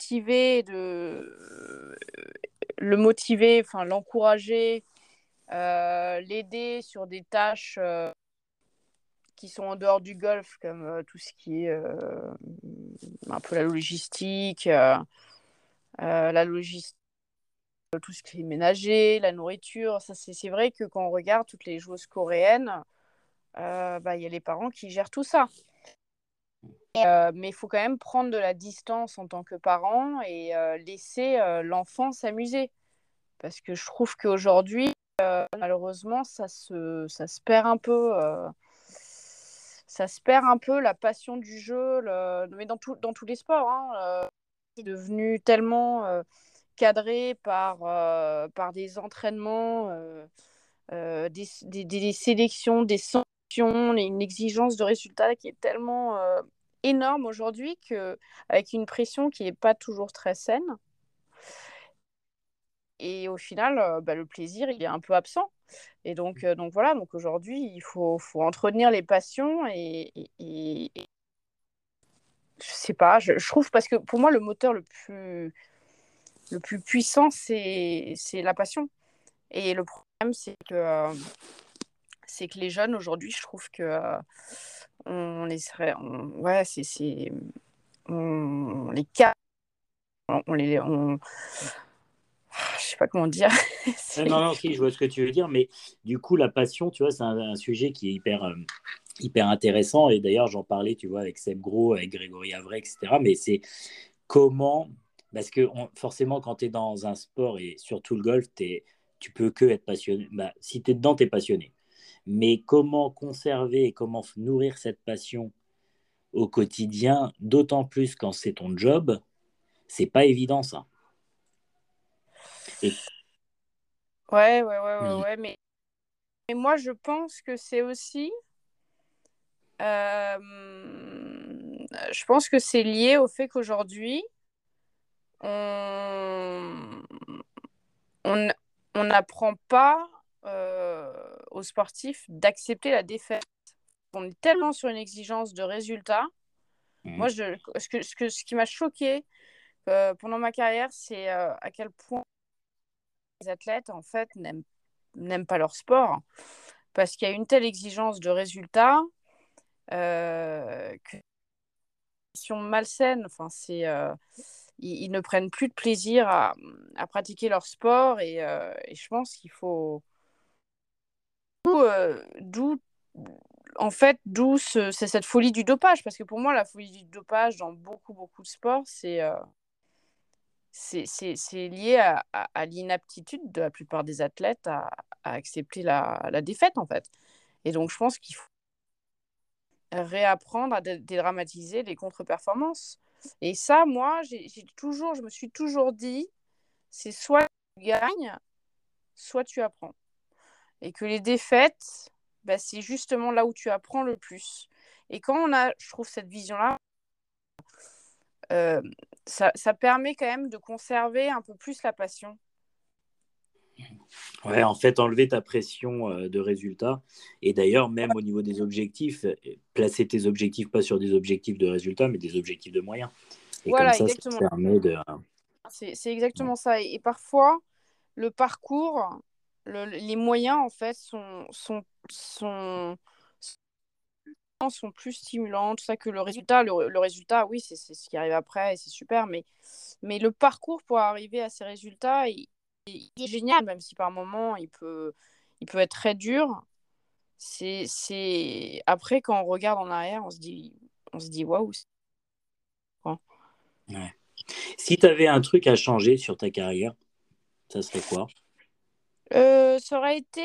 le motiver, enfin l'encourager, l'aider sur des tâches qui sont en dehors du golf, comme tout ce qui est un peu la logistique, tout ce qui est ménager, la nourriture. Ça, c'est vrai que quand on regarde toutes les joueuses coréennes, bah, y a les parents qui gèrent tout ça. Mais il faut quand même prendre de la distance en tant que parent et laisser l'enfant s'amuser. Parce que je trouve qu'aujourd'hui, malheureusement, ça se perd un peu. Ça se perd un peu la passion du jeu, mais dans tous les sports. Hein, c'est devenu tellement cadré par des entraînements, des sélections, des sanctions, une exigence de résultat qui est tellement énorme aujourd'hui avec une pression qui n'est pas toujours très saine. Et au final, bah, le plaisir, il est un peu absent. Et donc voilà, donc aujourd'hui, il faut entretenir les passions et je sais pas, je trouve, parce que pour moi, le moteur le plus puissant, c'est la passion. Et le problème, c'est que les jeunes, aujourd'hui, je trouve que on les serait, ouais, on les capte, je sais pas comment dire. Non, non, si, je vois ce que tu veux dire, mais du coup, la passion, tu vois, c'est un sujet qui est hyper intéressant. Et d'ailleurs, j'en parlais, tu vois, avec Seb Gros, avec Grégory Avray, etc. Mais c'est comment, parce que forcément, quand tu es dans un sport et surtout le golf, tu peux que être passionné. Bah, si tu es dedans, tu es passionné. Mais comment conserver et comment nourrir cette passion au quotidien, d'autant plus quand c'est ton job, c'est pas évident ça. Et Ouais, mais moi, je pense que c'est aussi, je pense que c'est lié au fait qu'aujourd'hui, on on n'apprend pas aux sportifs d'accepter la défaite. on est tellement sur une exigence de résultat. Moi, ce qui m'a choqué pendant ma carrière, c'est à quel point les athlètes, en fait, n'aiment pas leur sport. Parce qu'il y a une telle exigence de résultat que sont malsaines. Enfin, ils ne prennent plus de plaisir à pratiquer leur sport et je pense qu'il faut d'où en fait c'est cette folie du dopage parce que pour moi la folie du dopage dans beaucoup de sports c'est lié à l'inaptitude de la plupart des athlètes à accepter la défaite en fait. Et donc je pense qu'il faut réapprendre à dédramatiser les contre-performances. Et ça, moi, je me suis toujours dit, c'est soit tu gagnes, soit tu apprends. Et que les défaites, bah, c'est justement là où tu apprends le plus. Et quand on a, je trouve, cette vision-là, ça permet quand même de conserver un peu plus la passion. Ouais, en fait, enlever ta pression de résultat. Et d'ailleurs, même au niveau des objectifs, placer tes objectifs pas sur des objectifs de résultat, mais des objectifs de moyens. Et comme Voilà, ça exactement. permet de... C'est exactement ça. Et parfois, le parcours, les moyens, en fait, sont plus stimulants, tout ça, que le résultat. Le résultat, oui, c'est ce qui arrive après et c'est super, mais le parcours pour arriver à ces résultats, il est génial, même si par moments, il peut être très dur. Après, quand on regarde en arrière, on se dit waouh. Ouais. Si tu avais un truc à changer sur ta carrière, ça serait quoi? Ça aurait été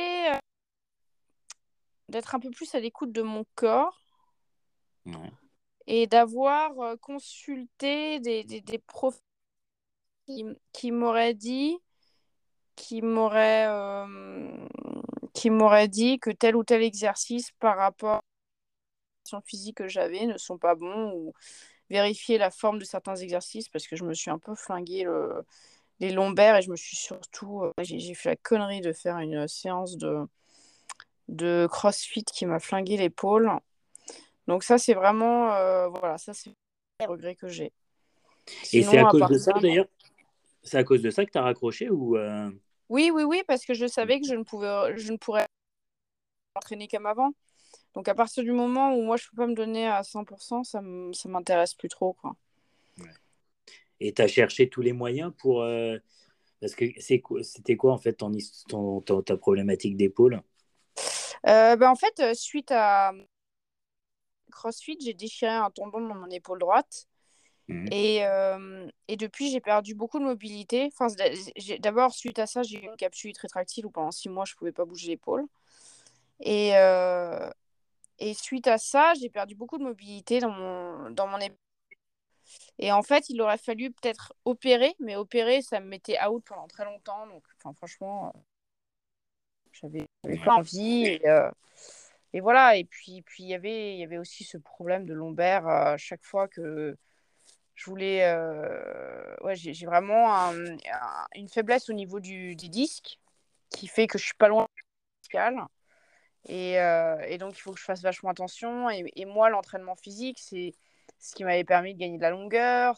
d'être un peu plus à l'écoute de mon corps Ouais. et d'avoir consulté des profs qui m'auraient dit, qui m'auraient, qui m'auraient dit que tel ou tel exercice par rapport à la condition physique que j'avais ne sont pas bons ou vérifier la forme de certains exercices parce que je me suis un peu flingué les lombaires et je me suis surtout j'ai fait la connerie de faire une séance de CrossFit qui m'a flingué l'épaule. Donc ça c'est vraiment voilà, ça c'est le regret que j'ai. Et c'est Sinon à à cause part de ça, ça, d'ailleurs? C'est à cause de ça que tu as raccroché ou oui parce que je savais que je ne pourrais m'entraîner comme avant. Donc à partir du moment où moi je peux pas me donner à 100%, ça m'intéresse plus trop quoi. Ouais. Et tu as cherché tous les moyens pour... Parce que c'était quoi en fait ta problématique d'épaule? En fait, suite à CrossFit, j'ai déchiré un tendon dans mon épaule droite. Mhm. Et depuis, j'ai perdu beaucoup de mobilité. Enfin, d'abord, suite à ça, j'ai eu une capsule rétractile où pendant 6 mois, je ne pouvais pas bouger l'épaule. Et, euh, et suite à ça, j'ai perdu beaucoup de mobilité dans mon épaule. Et en fait, il aurait fallu peut-être opérer, mais opérer, ça me mettait out pendant très longtemps. Donc, enfin, franchement, j'avais Ouais. pas envie. Et voilà. Et puis il y avait aussi ce problème de lombaire chaque fois que je voulais. Ouais, j'ai vraiment une faiblesse au niveau des disques qui fait que je suis pas loin de la discale. Et donc, il faut que je fasse vachement attention. Et moi, l'entraînement physique, c'est ce qui m'avait permis de gagner de la longueur.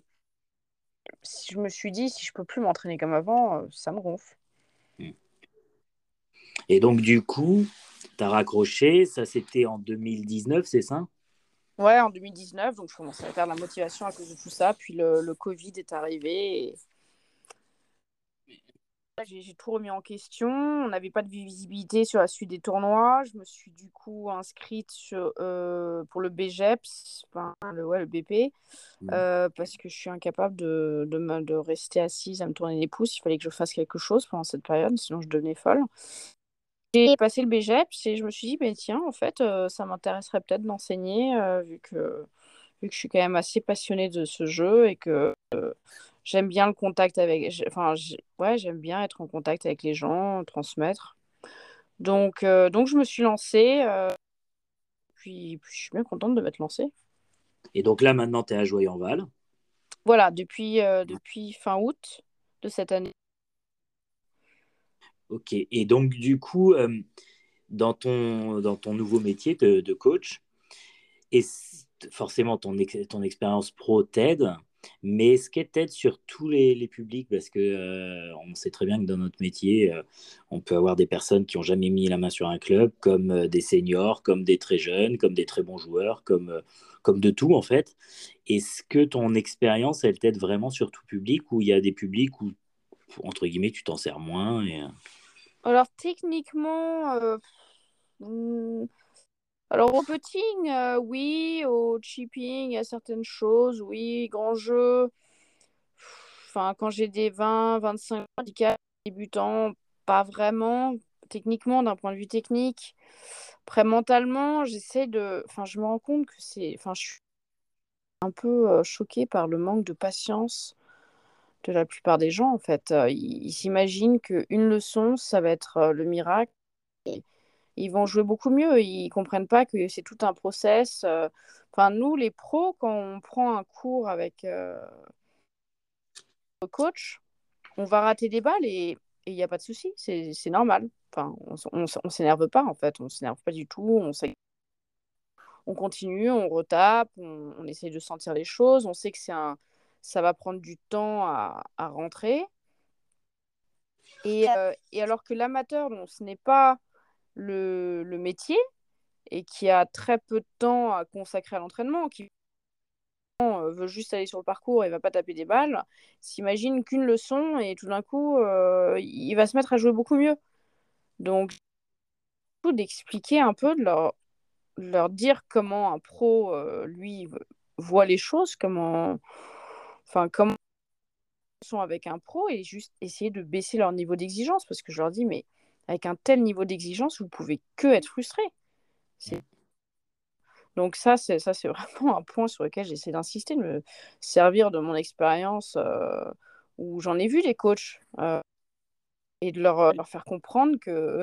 Si je me suis dit, si je peux plus m'entraîner comme avant, ça me gonfle. Et donc, du coup, tu as raccroché. Ça, c'était en 2019, c'est ça? Ouais, en 2019, donc je commençais à perdre la motivation à cause de tout ça. Puis le Covid est arrivé. Et j'ai tout remis en question. On n'avait pas de visibilité sur la suite des tournois. Je me suis du coup inscrite pour le BGEPS, enfin, le BP, Mhm. parce que je suis incapable de rester assise à me tourner les pouces. Il fallait que je fasse quelque chose pendant cette période, sinon je devenais folle. J'ai passé le BGEPS et je me suis dit, ben, tiens, en fait, ça m'intéresserait peut-être d'enseigner, vu que je suis quand même assez passionnée de ce jeu et que j'aime bien le contact enfin, ouais, j'aime bien être en contact avec les gens, transmettre. Donc je me suis lancée, puis je suis bien contente de m'être lancée. Et donc là, maintenant, tu es à Joy-en-Val. Voilà, depuis fin août de cette année. Ok. Et donc, du coup, dans ton nouveau métier de coach, et forcément ton expérience pro t'aide, mais est-ce qu'elle t'aide sur tous les publics? Parce que on sait très bien que dans notre métier, on peut avoir des personnes qui n'ont jamais mis la main sur un club, comme des seniors, comme des très jeunes, comme des très bons joueurs, comme de tout en fait. Est-ce que ton expérience, elle t'aide vraiment sur tout public, ou il y a des publics où, entre guillemets, tu t'en sers moins Alors, techniquement, hmm, alors au putting, oui, au chipping, il y a certaines choses, oui, grand jeu. Enfin, quand j'ai des 20-25 handicap débutants, pas vraiment. Techniquement, d'un point de vue technique. Après, mentalement, j'essaie de. Enfin, je me rends compte que c'est. Enfin, je suis un peu choquée par le manque de patience de la plupart des gens, en fait. Ils s'imaginent qu'une leçon, ça va être le miracle. Et ils vont jouer beaucoup mieux. Ils comprennent pas que c'est tout un process. Enfin, nous, les pros, quand on prend un cours avec le coach, on va rater des balles et il n'y a pas de souci. C'est normal. Enfin, on s'énerve pas, en fait. On s'énerve pas du tout. On continue, on retape, on essaye de sentir les choses. On sait que ça va prendre du temps à rentrer. Et alors que l'amateur, dont ce n'est pas le métier et qui a très peu de temps à consacrer à l'entraînement, qui veut juste aller sur le parcours et va pas taper des balles, s'imagine qu'une leçon et tout d'un coup, il va se mettre à jouer beaucoup mieux. Donc, d'expliquer un peu, de leur dire comment un pro, lui, voit les choses, comment ils sont avec un pro et juste essayer de baisser leur niveau d'exigence parce que je leur dis, mais avec un tel niveau d'exigence, vous pouvez que être frustré. Donc ça, c'est vraiment un point sur lequel j'essaie d'insister, de me servir de mon expérience où j'en ai vu des coachs et de leur faire comprendre que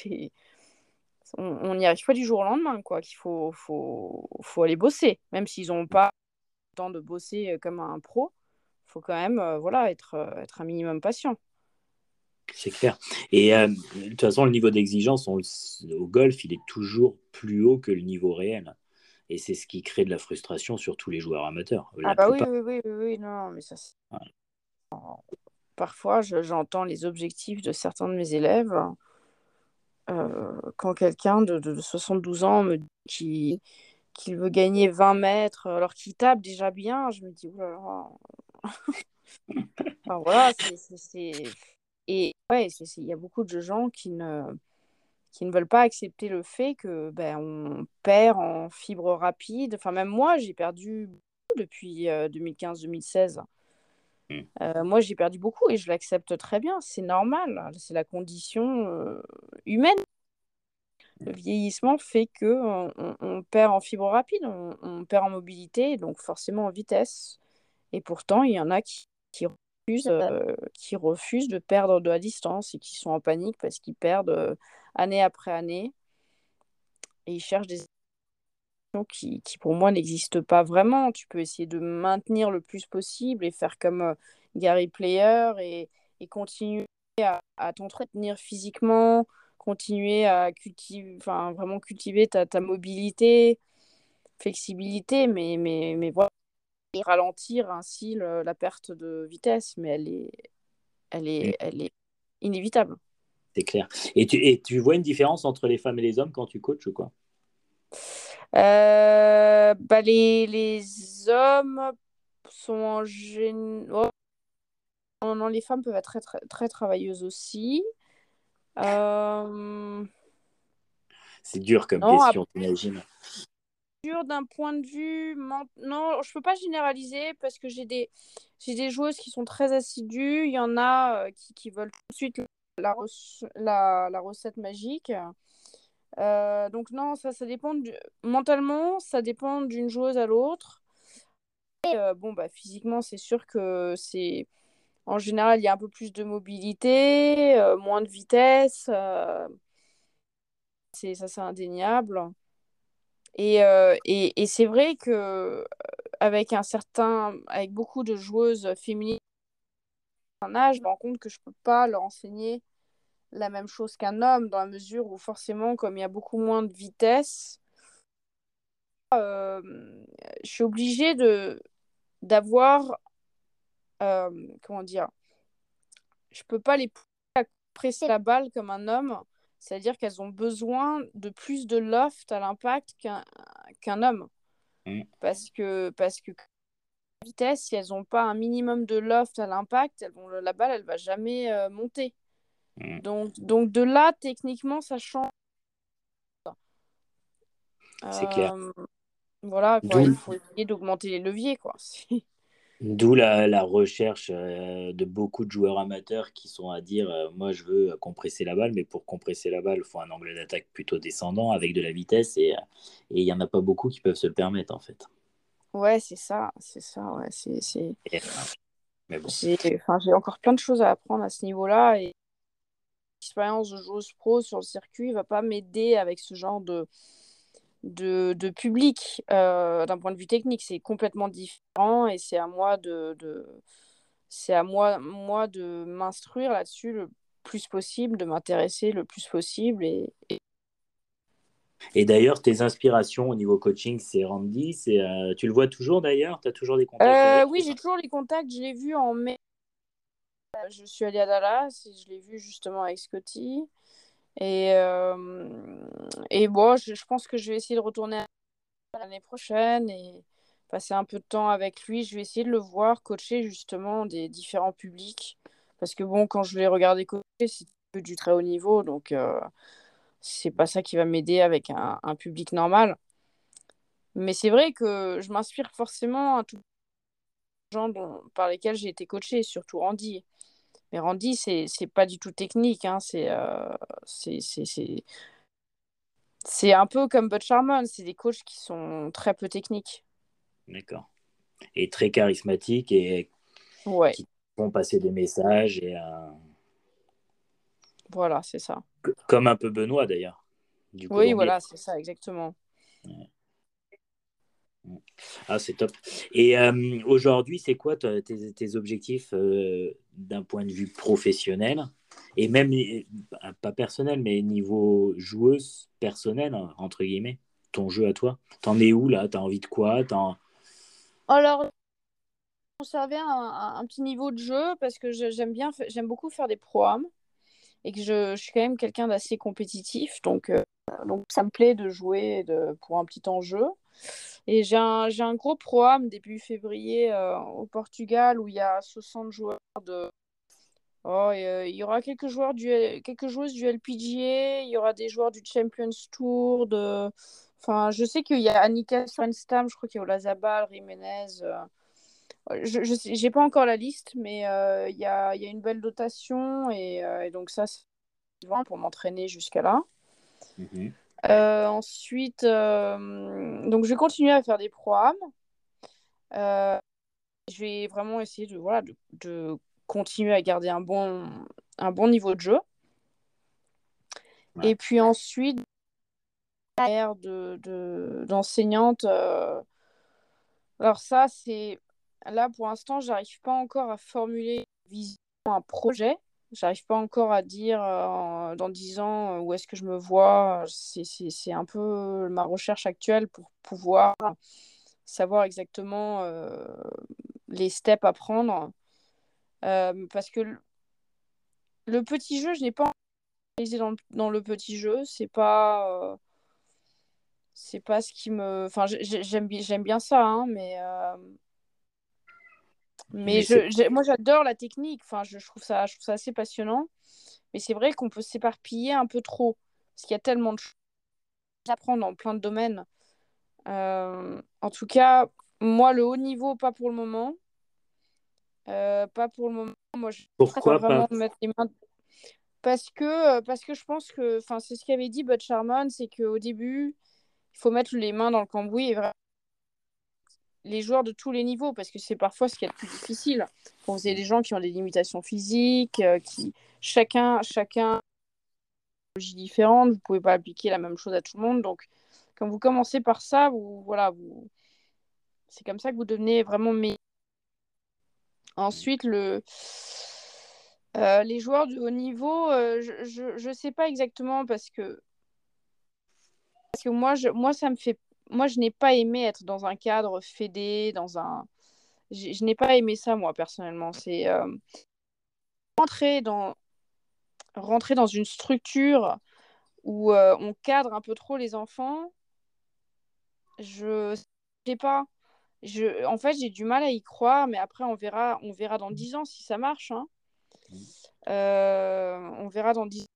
on n'y arrive pas du jour au lendemain, quoi, qu'il faut aller bosser, même s'ils n'ont pas le temps de bosser comme un pro, il faut quand même voilà, être un minimum patient. C'est clair. Et de toute façon, le niveau d'exigence au golf, il est toujours plus haut que le niveau réel. Et c'est ce qui crée de la frustration sur tous les joueurs amateurs, Ah la bah oui, plupart. oui, oui, oui, oui, non, mais ça, Ouais. parfois, j'entends les objectifs de certains de mes élèves. Quand quelqu'un de 72 ans me dit qu'il veut gagner 20 mètres alors qu'il tape déjà bien, je me dis, oh là là. Enfin, voilà, Et ouais, il y a beaucoup de gens qui ne veulent pas accepter le fait que ben, on perd en fibre rapide. Enfin, même moi, j'ai perdu beaucoup depuis 2015-2016. Mm. Moi, j'ai perdu beaucoup et je l'accepte très bien. C'est normal. C'est la condition humaine. Le vieillissement fait que on perd en fibre rapide, on perd en mobilité, donc forcément en vitesse. Et pourtant, il y en a qui refusent de perdre de la distance et qui sont en panique parce qu'ils perdent année après année et ils cherchent des solutions qui pour moi n'existent pas vraiment. Tu peux essayer de maintenir le plus possible et faire comme Gary Player et continuer à t'entretenir physiquement, continuer à cultiver, enfin, vraiment cultiver ta mobilité, flexibilité, mais voilà, et ralentir ainsi la perte de vitesse, mais Mm. elle est inévitable. C'est clair. Et tu vois une différence entre les femmes et les hommes quand tu coaches ou quoi? Bah les hommes sont en général. Non, non, les femmes peuvent être très, très, très travailleuses aussi. Euh, C'est dur comme Non, question, t'imagines. d'un point de vue. Non, je peux pas généraliser parce que j'ai des joueuses qui sont très assidues. Il y en a qui veulent tout de suite la recette magique. Donc, non, ça dépend. Mentalement, ça dépend d'une joueuse à l'autre. Et bon, bah, physiquement, c'est sûr que c'est. En général, il y a un peu plus de mobilité, moins de vitesse. C'est indéniable. Et c'est vrai que avec beaucoup de joueuses féminines d'un âge, je me rends compte que je peux pas leur enseigner la même chose qu'un homme, dans la mesure où forcément, comme il y a beaucoup moins de vitesse, euh, je suis obligée d'avoir, comment dire, je peux pas les presser la balle comme un homme, c'est-à-dire qu'elles ont besoin de plus de loft à l'impact qu'un homme. Mm. Parce que vitesse, si elles n'ont pas un minimum de loft à l'impact, la balle, elle va jamais monter. Mm. Donc de là, techniquement, ça change. C'est clair. Euh, voilà, quoi. Il D'où, faut essayer d'augmenter les leviers, quoi. d'où la recherche de beaucoup de joueurs amateurs qui sont à dire moi je veux compresser la balle, mais pour compresser la balle, il faut un angle d'attaque plutôt descendant avec de la vitesse et il n'y en a pas beaucoup qui peuvent se le permettre en fait. Ouais, c'est ça, ouais. Et, mais bon, J'ai encore plein de choses à apprendre à ce niveau-là et l'expérience de joueuse pro sur le circuit va pas m'aider avec ce genre de public. D'un point de vue technique, c'est complètement différent et c'est à moi c'est à moi de m'instruire là-dessus le plus possible, de m'intéresser le plus possible. et d'ailleurs, tes inspirations au niveau coaching, c'est Randy, tu le vois toujours d'ailleurs, tu as toujours des contacts avec. Oui, j'ai toujours les contacts. Je l'ai vu en mai. Je suis allée à Dallas et je l'ai vu justement avec Scotty. Et, euh, et bon, je pense que je vais essayer de retourner l'année prochaine et passer un peu de temps avec lui. Je vais essayer de le voir coacher justement des différents publics. Parce que bon, quand je l'ai regardé coacher, c'était que du très haut niveau. Donc, c'est pas ça qui va m'aider avec un public normal. Mais c'est vrai que je m'inspire forcément à tous les gens par lesquels j'ai été coachée, surtout Randy. Mais Randy, c'est pas du tout technique. Hein. C'est un peu comme Butch Harmon. C'est des coachs qui sont très peu techniques. D'accord. Et très charismatique et Ouais, qui font passer des messages voilà, c'est ça. comme un peu Benoît d'ailleurs, du Oui, Colombier. voilà, c'est ça, exactement. Ah, c'est top. Et aujourd'hui, c'est quoi tes objectifs d'un point de vue professionnel et même pas personnel, mais niveau joueuse personnelle, hein, entre guillemets, ton jeu à toi? T'en es où là? T'as envie de quoi? Alors, conserver un petit niveau de jeu parce que j'aime beaucoup faire des programmes et que je suis quand même quelqu'un d'assez compétitif. Donc, ça me plaît de jouer pour un petit enjeu. Et j'ai un gros programme début février au Portugal où il y a 60 joueurs de. Oh, il y aura quelques joueuses du LPGA, il y aura des joueurs du Champions Tour. Enfin, je sais qu'il y a Annika Sorenstam, je crois qu'il y a Olazabal, Jiménez. J'ai pas encore la liste, mais il y a une belle dotation et donc ça, c'est bon pour m'entraîner jusqu'à là. Mhm. Ensuite, donc je vais continuer à faire des programmes. Euh, je vais vraiment essayer voilà, de continuer à garder un bon niveau de jeu. Ouais. Et puis ensuite, carrière d'enseignante. Alors ça, c'est là pour l'instant, j'arrive pas encore à formuler une vision, un projet. J'arrive pas encore à dire dans 10 ans où est-ce que je me vois. C'est un peu ma recherche actuelle pour pouvoir savoir exactement les steps à prendre. Parce que le petit jeu, je n'ai pas encore réalisé dans le petit jeu. C'est pas ce qui me. Enfin, j'aime bien ça, hein, mais Mais c'est moi, j'adore la technique. Enfin, je trouve ça assez passionnant. Mais c'est vrai qu'on peut s'éparpiller un peu trop. Parce qu'il y a tellement de choses à apprendre dans plein de domaines. En tout cas, moi, le haut niveau, pas pour le moment. Pas pour le moment. Moi, je préfère pourquoi pas? vraiment mettre les mains. Parce que je pense que. Enfin, c'est ce qu'avait dit Butch Harmon, c'est qu'au début, il faut mettre les mains dans le cambouis et vraiment les joueurs de tous les niveaux, parce que c'est parfois ce qui est le plus difficile. Quand vous avez des gens qui ont des limitations physiques, qui chacun différente, vous pouvez pas appliquer la même chose à tout le monde. Donc, quand vous commencez par ça, voilà, c'est comme ça que vous devenez vraiment meilleur. Ensuite, Les joueurs de haut niveau, je sais pas exactement parce que moi, ça me fait. Moi, je n'ai pas aimé être dans un cadre fédé, je n'ai pas aimé ça, moi, personnellement. C'est rentrer dans, rentrer dans une structure où on cadre un peu trop les enfants. Je sais pas. En fait, j'ai du mal à y croire, mais après, on verra dans 10 ans si ça marche, hein. On verra dans 10 ans.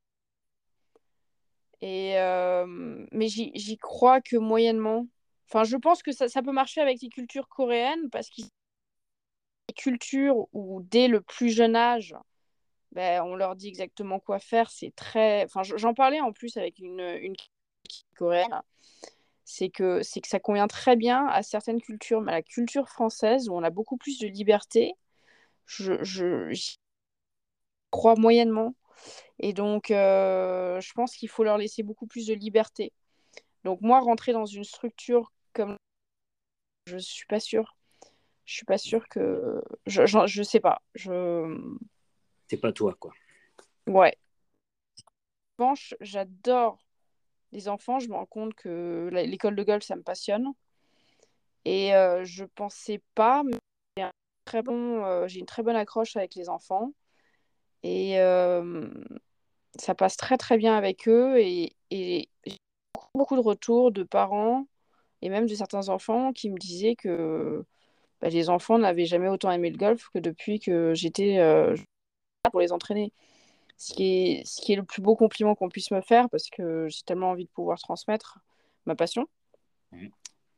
Mais j'y crois que moyennement. Enfin, je pense que ça peut marcher avec les cultures coréennes parce qu'il y a des cultures où, dès le plus jeune âge, ben, on leur dit exactement quoi faire. C'est très. Enfin, j'en parlais en plus avec une coréenne. C'est que ça convient très bien à certaines cultures, mais à la culture française où on a beaucoup plus de liberté, j'y crois moyennement. Et donc, je pense qu'il faut leur laisser beaucoup plus de liberté. Donc, moi, rentrer dans une structure comme je suis pas sûre. Je suis pas sûre que. Je sais pas. C'est pas toi, quoi. Ouais. En revanche, j'adore les enfants. Je me rends compte que l'école de golf, ça me passionne. Et je pensais pas, mais j'ai une très bonne accroche avec les enfants. Et ça passe très très bien avec eux. Et j'ai beaucoup de retours de parents et même de certains enfants qui me disaient que les enfants n'avaient jamais autant aimé le golf que depuis que j'étais là pour les entraîner. Ce qui est le plus beau compliment qu'on puisse me faire parce que j'ai tellement envie de pouvoir transmettre ma passion. Mhm.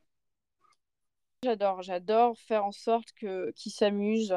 J'adore faire en sorte qu'ils s'amusent,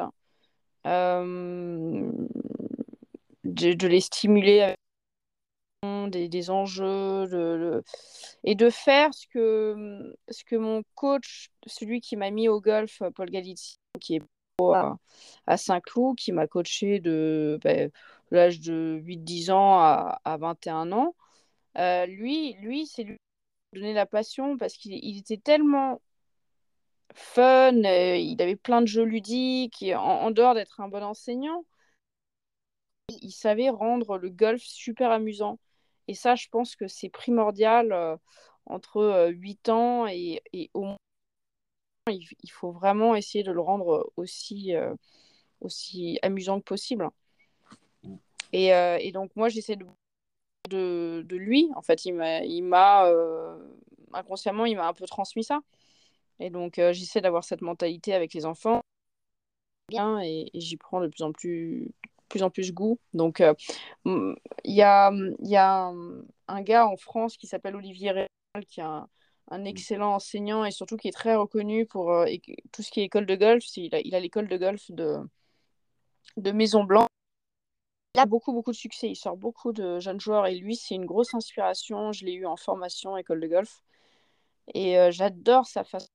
euh, de les stimuler avec des enjeux, et de faire ce que mon coach, celui qui m'a mis au golf, Paul Galizzi, qui est à Saint-Cloud, qui m'a coaché de l'âge de 8-10 ans à 21 ans. C'est lui qui m'a donné la passion parce qu'il était tellement fun, il avait plein de jeux ludiques, et en dehors d'être un bon enseignant, il savait rendre le golf super amusant. Et ça, je pense que c'est primordial entre 8 ans et au moins, il faut vraiment essayer de le rendre aussi amusant que possible. Et donc, moi, j'essaie de lui. En fait, inconsciemment, il m'a un peu transmis ça. Et donc, j'essaie d'avoir cette mentalité avec les enfants. Bien, et j'y prends de plus en plus goût. Donc, il y a un gars en France qui s'appelle Olivier Réal, qui est un excellent enseignant et surtout qui est très reconnu pour tout ce qui est école de golf. Il a l'école de golf de Maison Blanc. Il a beaucoup, beaucoup de succès. Il sort beaucoup de jeunes joueurs et lui, c'est une grosse inspiration. Je l'ai eu en formation école de golf et j'adore sa façon,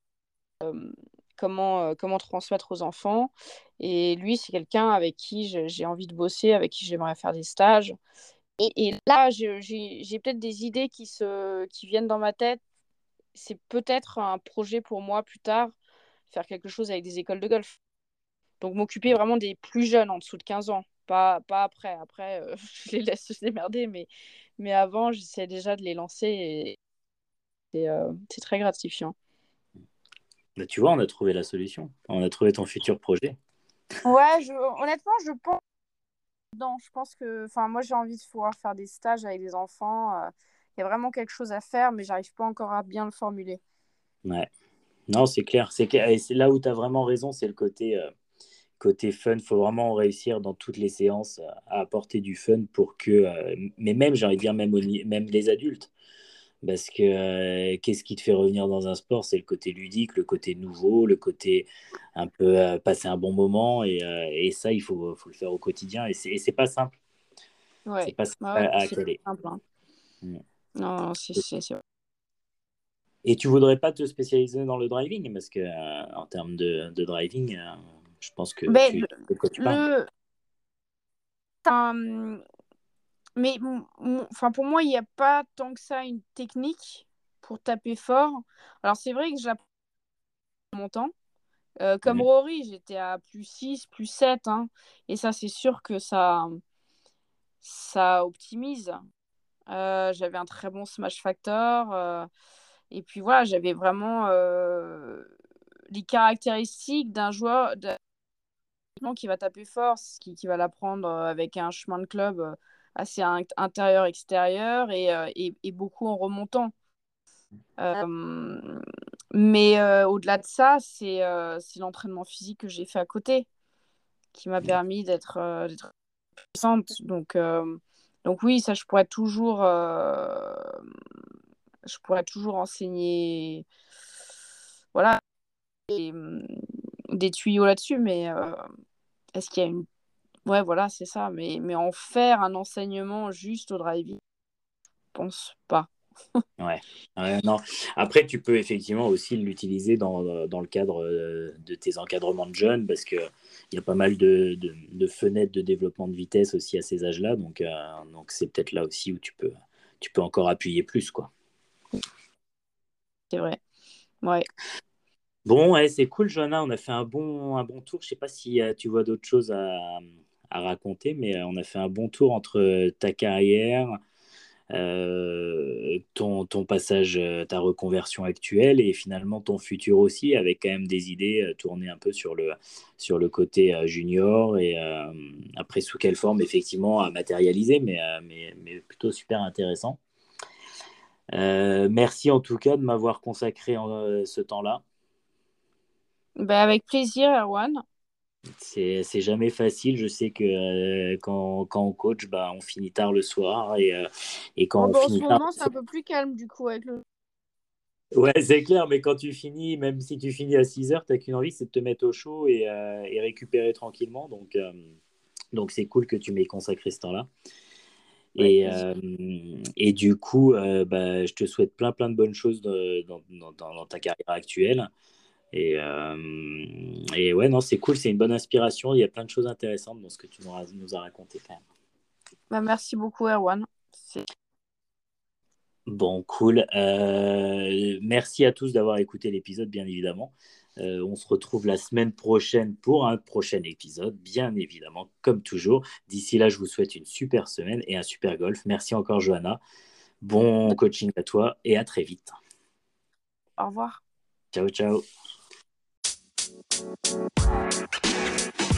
comment transmettre aux enfants. Et lui, c'est quelqu'un avec qui j'ai envie de bosser, avec qui j'aimerais faire des stages. Et là, j'ai peut-être des idées qui viennent dans ma tête. C'est peut-être un projet pour moi plus tard, faire quelque chose avec des écoles de golf. Donc m'occuper vraiment des plus jeunes, en dessous de 15 ans. Pas après. Après, je les laisse se démerder. Mais avant, j'essaie déjà de les lancer et c'est très gratifiant. Bah, tu vois, on a trouvé la solution. On a trouvé ton futur projet. Ouais, honnêtement, je pense que, enfin, moi, j'ai envie de pouvoir faire des stages avec des enfants. Il y a vraiment quelque chose à faire, mais j'arrive pas encore à bien le formuler. Ouais. Non, c'est clair. Et c'est là où tu as vraiment raison, c'est le côté fun. Il faut vraiment réussir dans toutes les séances à apporter du fun pour que, mais même, j'ai envie de dire, même les adultes. Parce que qu'est-ce qui te fait revenir dans un sport? C'est le côté ludique, le côté nouveau, le côté un peu passer un bon moment. Et ça, il faut le faire au quotidien. Et c'est pas simple. C'est Ouais, pas simple ouais, à c'est pas caler. simple, hein. Mm. Non, c'est vrai. Et tu voudrais pas te spécialiser dans le driving? Parce que en termes de driving, je pense que Ben, tu sais de quoi tu parles. le, un- mais enfin, pour moi, il n'y a pas tant que ça une technique pour taper fort. Alors, c'est vrai que j'apprends mon temps. Comme Rory, j'étais à plus 6, plus 7. Hein, et ça, c'est sûr que ça optimise. J'avais un très bon smash factor. Et puis voilà, j'avais vraiment les caractéristiques d'un joueur qui va taper fort, qui va la prendre avec un chemin de club assez intérieur-extérieur et beaucoup en remontant. Mais au-delà de ça, c'est l'entraînement physique que j'ai fait à côté qui m'a permis d'être puissante. Donc oui, ça, je pourrais toujours enseigner voilà, des tuyaux là-dessus, mais est-ce qu'il y a une... Ouais, voilà, c'est ça. Mais en faire un enseignement juste au driving, je pense pas. Ouais. Non. Après, tu peux effectivement aussi l'utiliser dans le cadre de tes encadrements de jeunes parce qu'il y a pas mal de fenêtres de développement de vitesse aussi à ces âges-là. Donc c'est peut-être là aussi où tu peux encore appuyer plus, quoi. C'est vrai. Ouais. Bon, ouais, c'est cool, Johanna. On a fait un bon tour. Je sais pas si tu vois d'autres choses à raconter, mais on a fait un bon tour entre ta carrière, ton passage, ta reconversion actuelle et finalement ton futur aussi, avec quand même des idées tournées un peu sur le côté junior et après sous quelle forme effectivement à matérialiser, mais plutôt super intéressant. Merci en tout cas de m'avoir consacré ce temps-là. Ben, avec plaisir, Erwan. C'est jamais facile. Je sais que quand on coach, bah, on finit tard le soir et quand Oh, on ben, en ce finit tard, moment, c'est un peu plus calme du coup avec le. ouais, c'est clair, mais quand tu finis, même si tu finis à 6 heures, t'as qu'une envie, c'est de te mettre au chaud et récupérer tranquillement. Donc c'est cool que tu m'aies consacré ce temps-là. Avec Et, plaisir. euh, et du coup, bah, je te souhaite plein de bonnes choses dans ta carrière actuelle. Et ouais, non, c'est cool, c'est une bonne inspiration. Il y a plein de choses intéressantes dans ce que tu nous as raconté quand même. Ben, merci beaucoup, Erwan. Bon, cool. Merci à tous d'avoir écouté l'épisode, bien évidemment. On se retrouve la semaine prochaine pour un prochain épisode, bien évidemment, comme toujours. D'ici là, je vous souhaite une super semaine et un super golf. Merci encore, Johanna. Bon coaching à toi et à très vite. Au revoir. Ciao, ciao.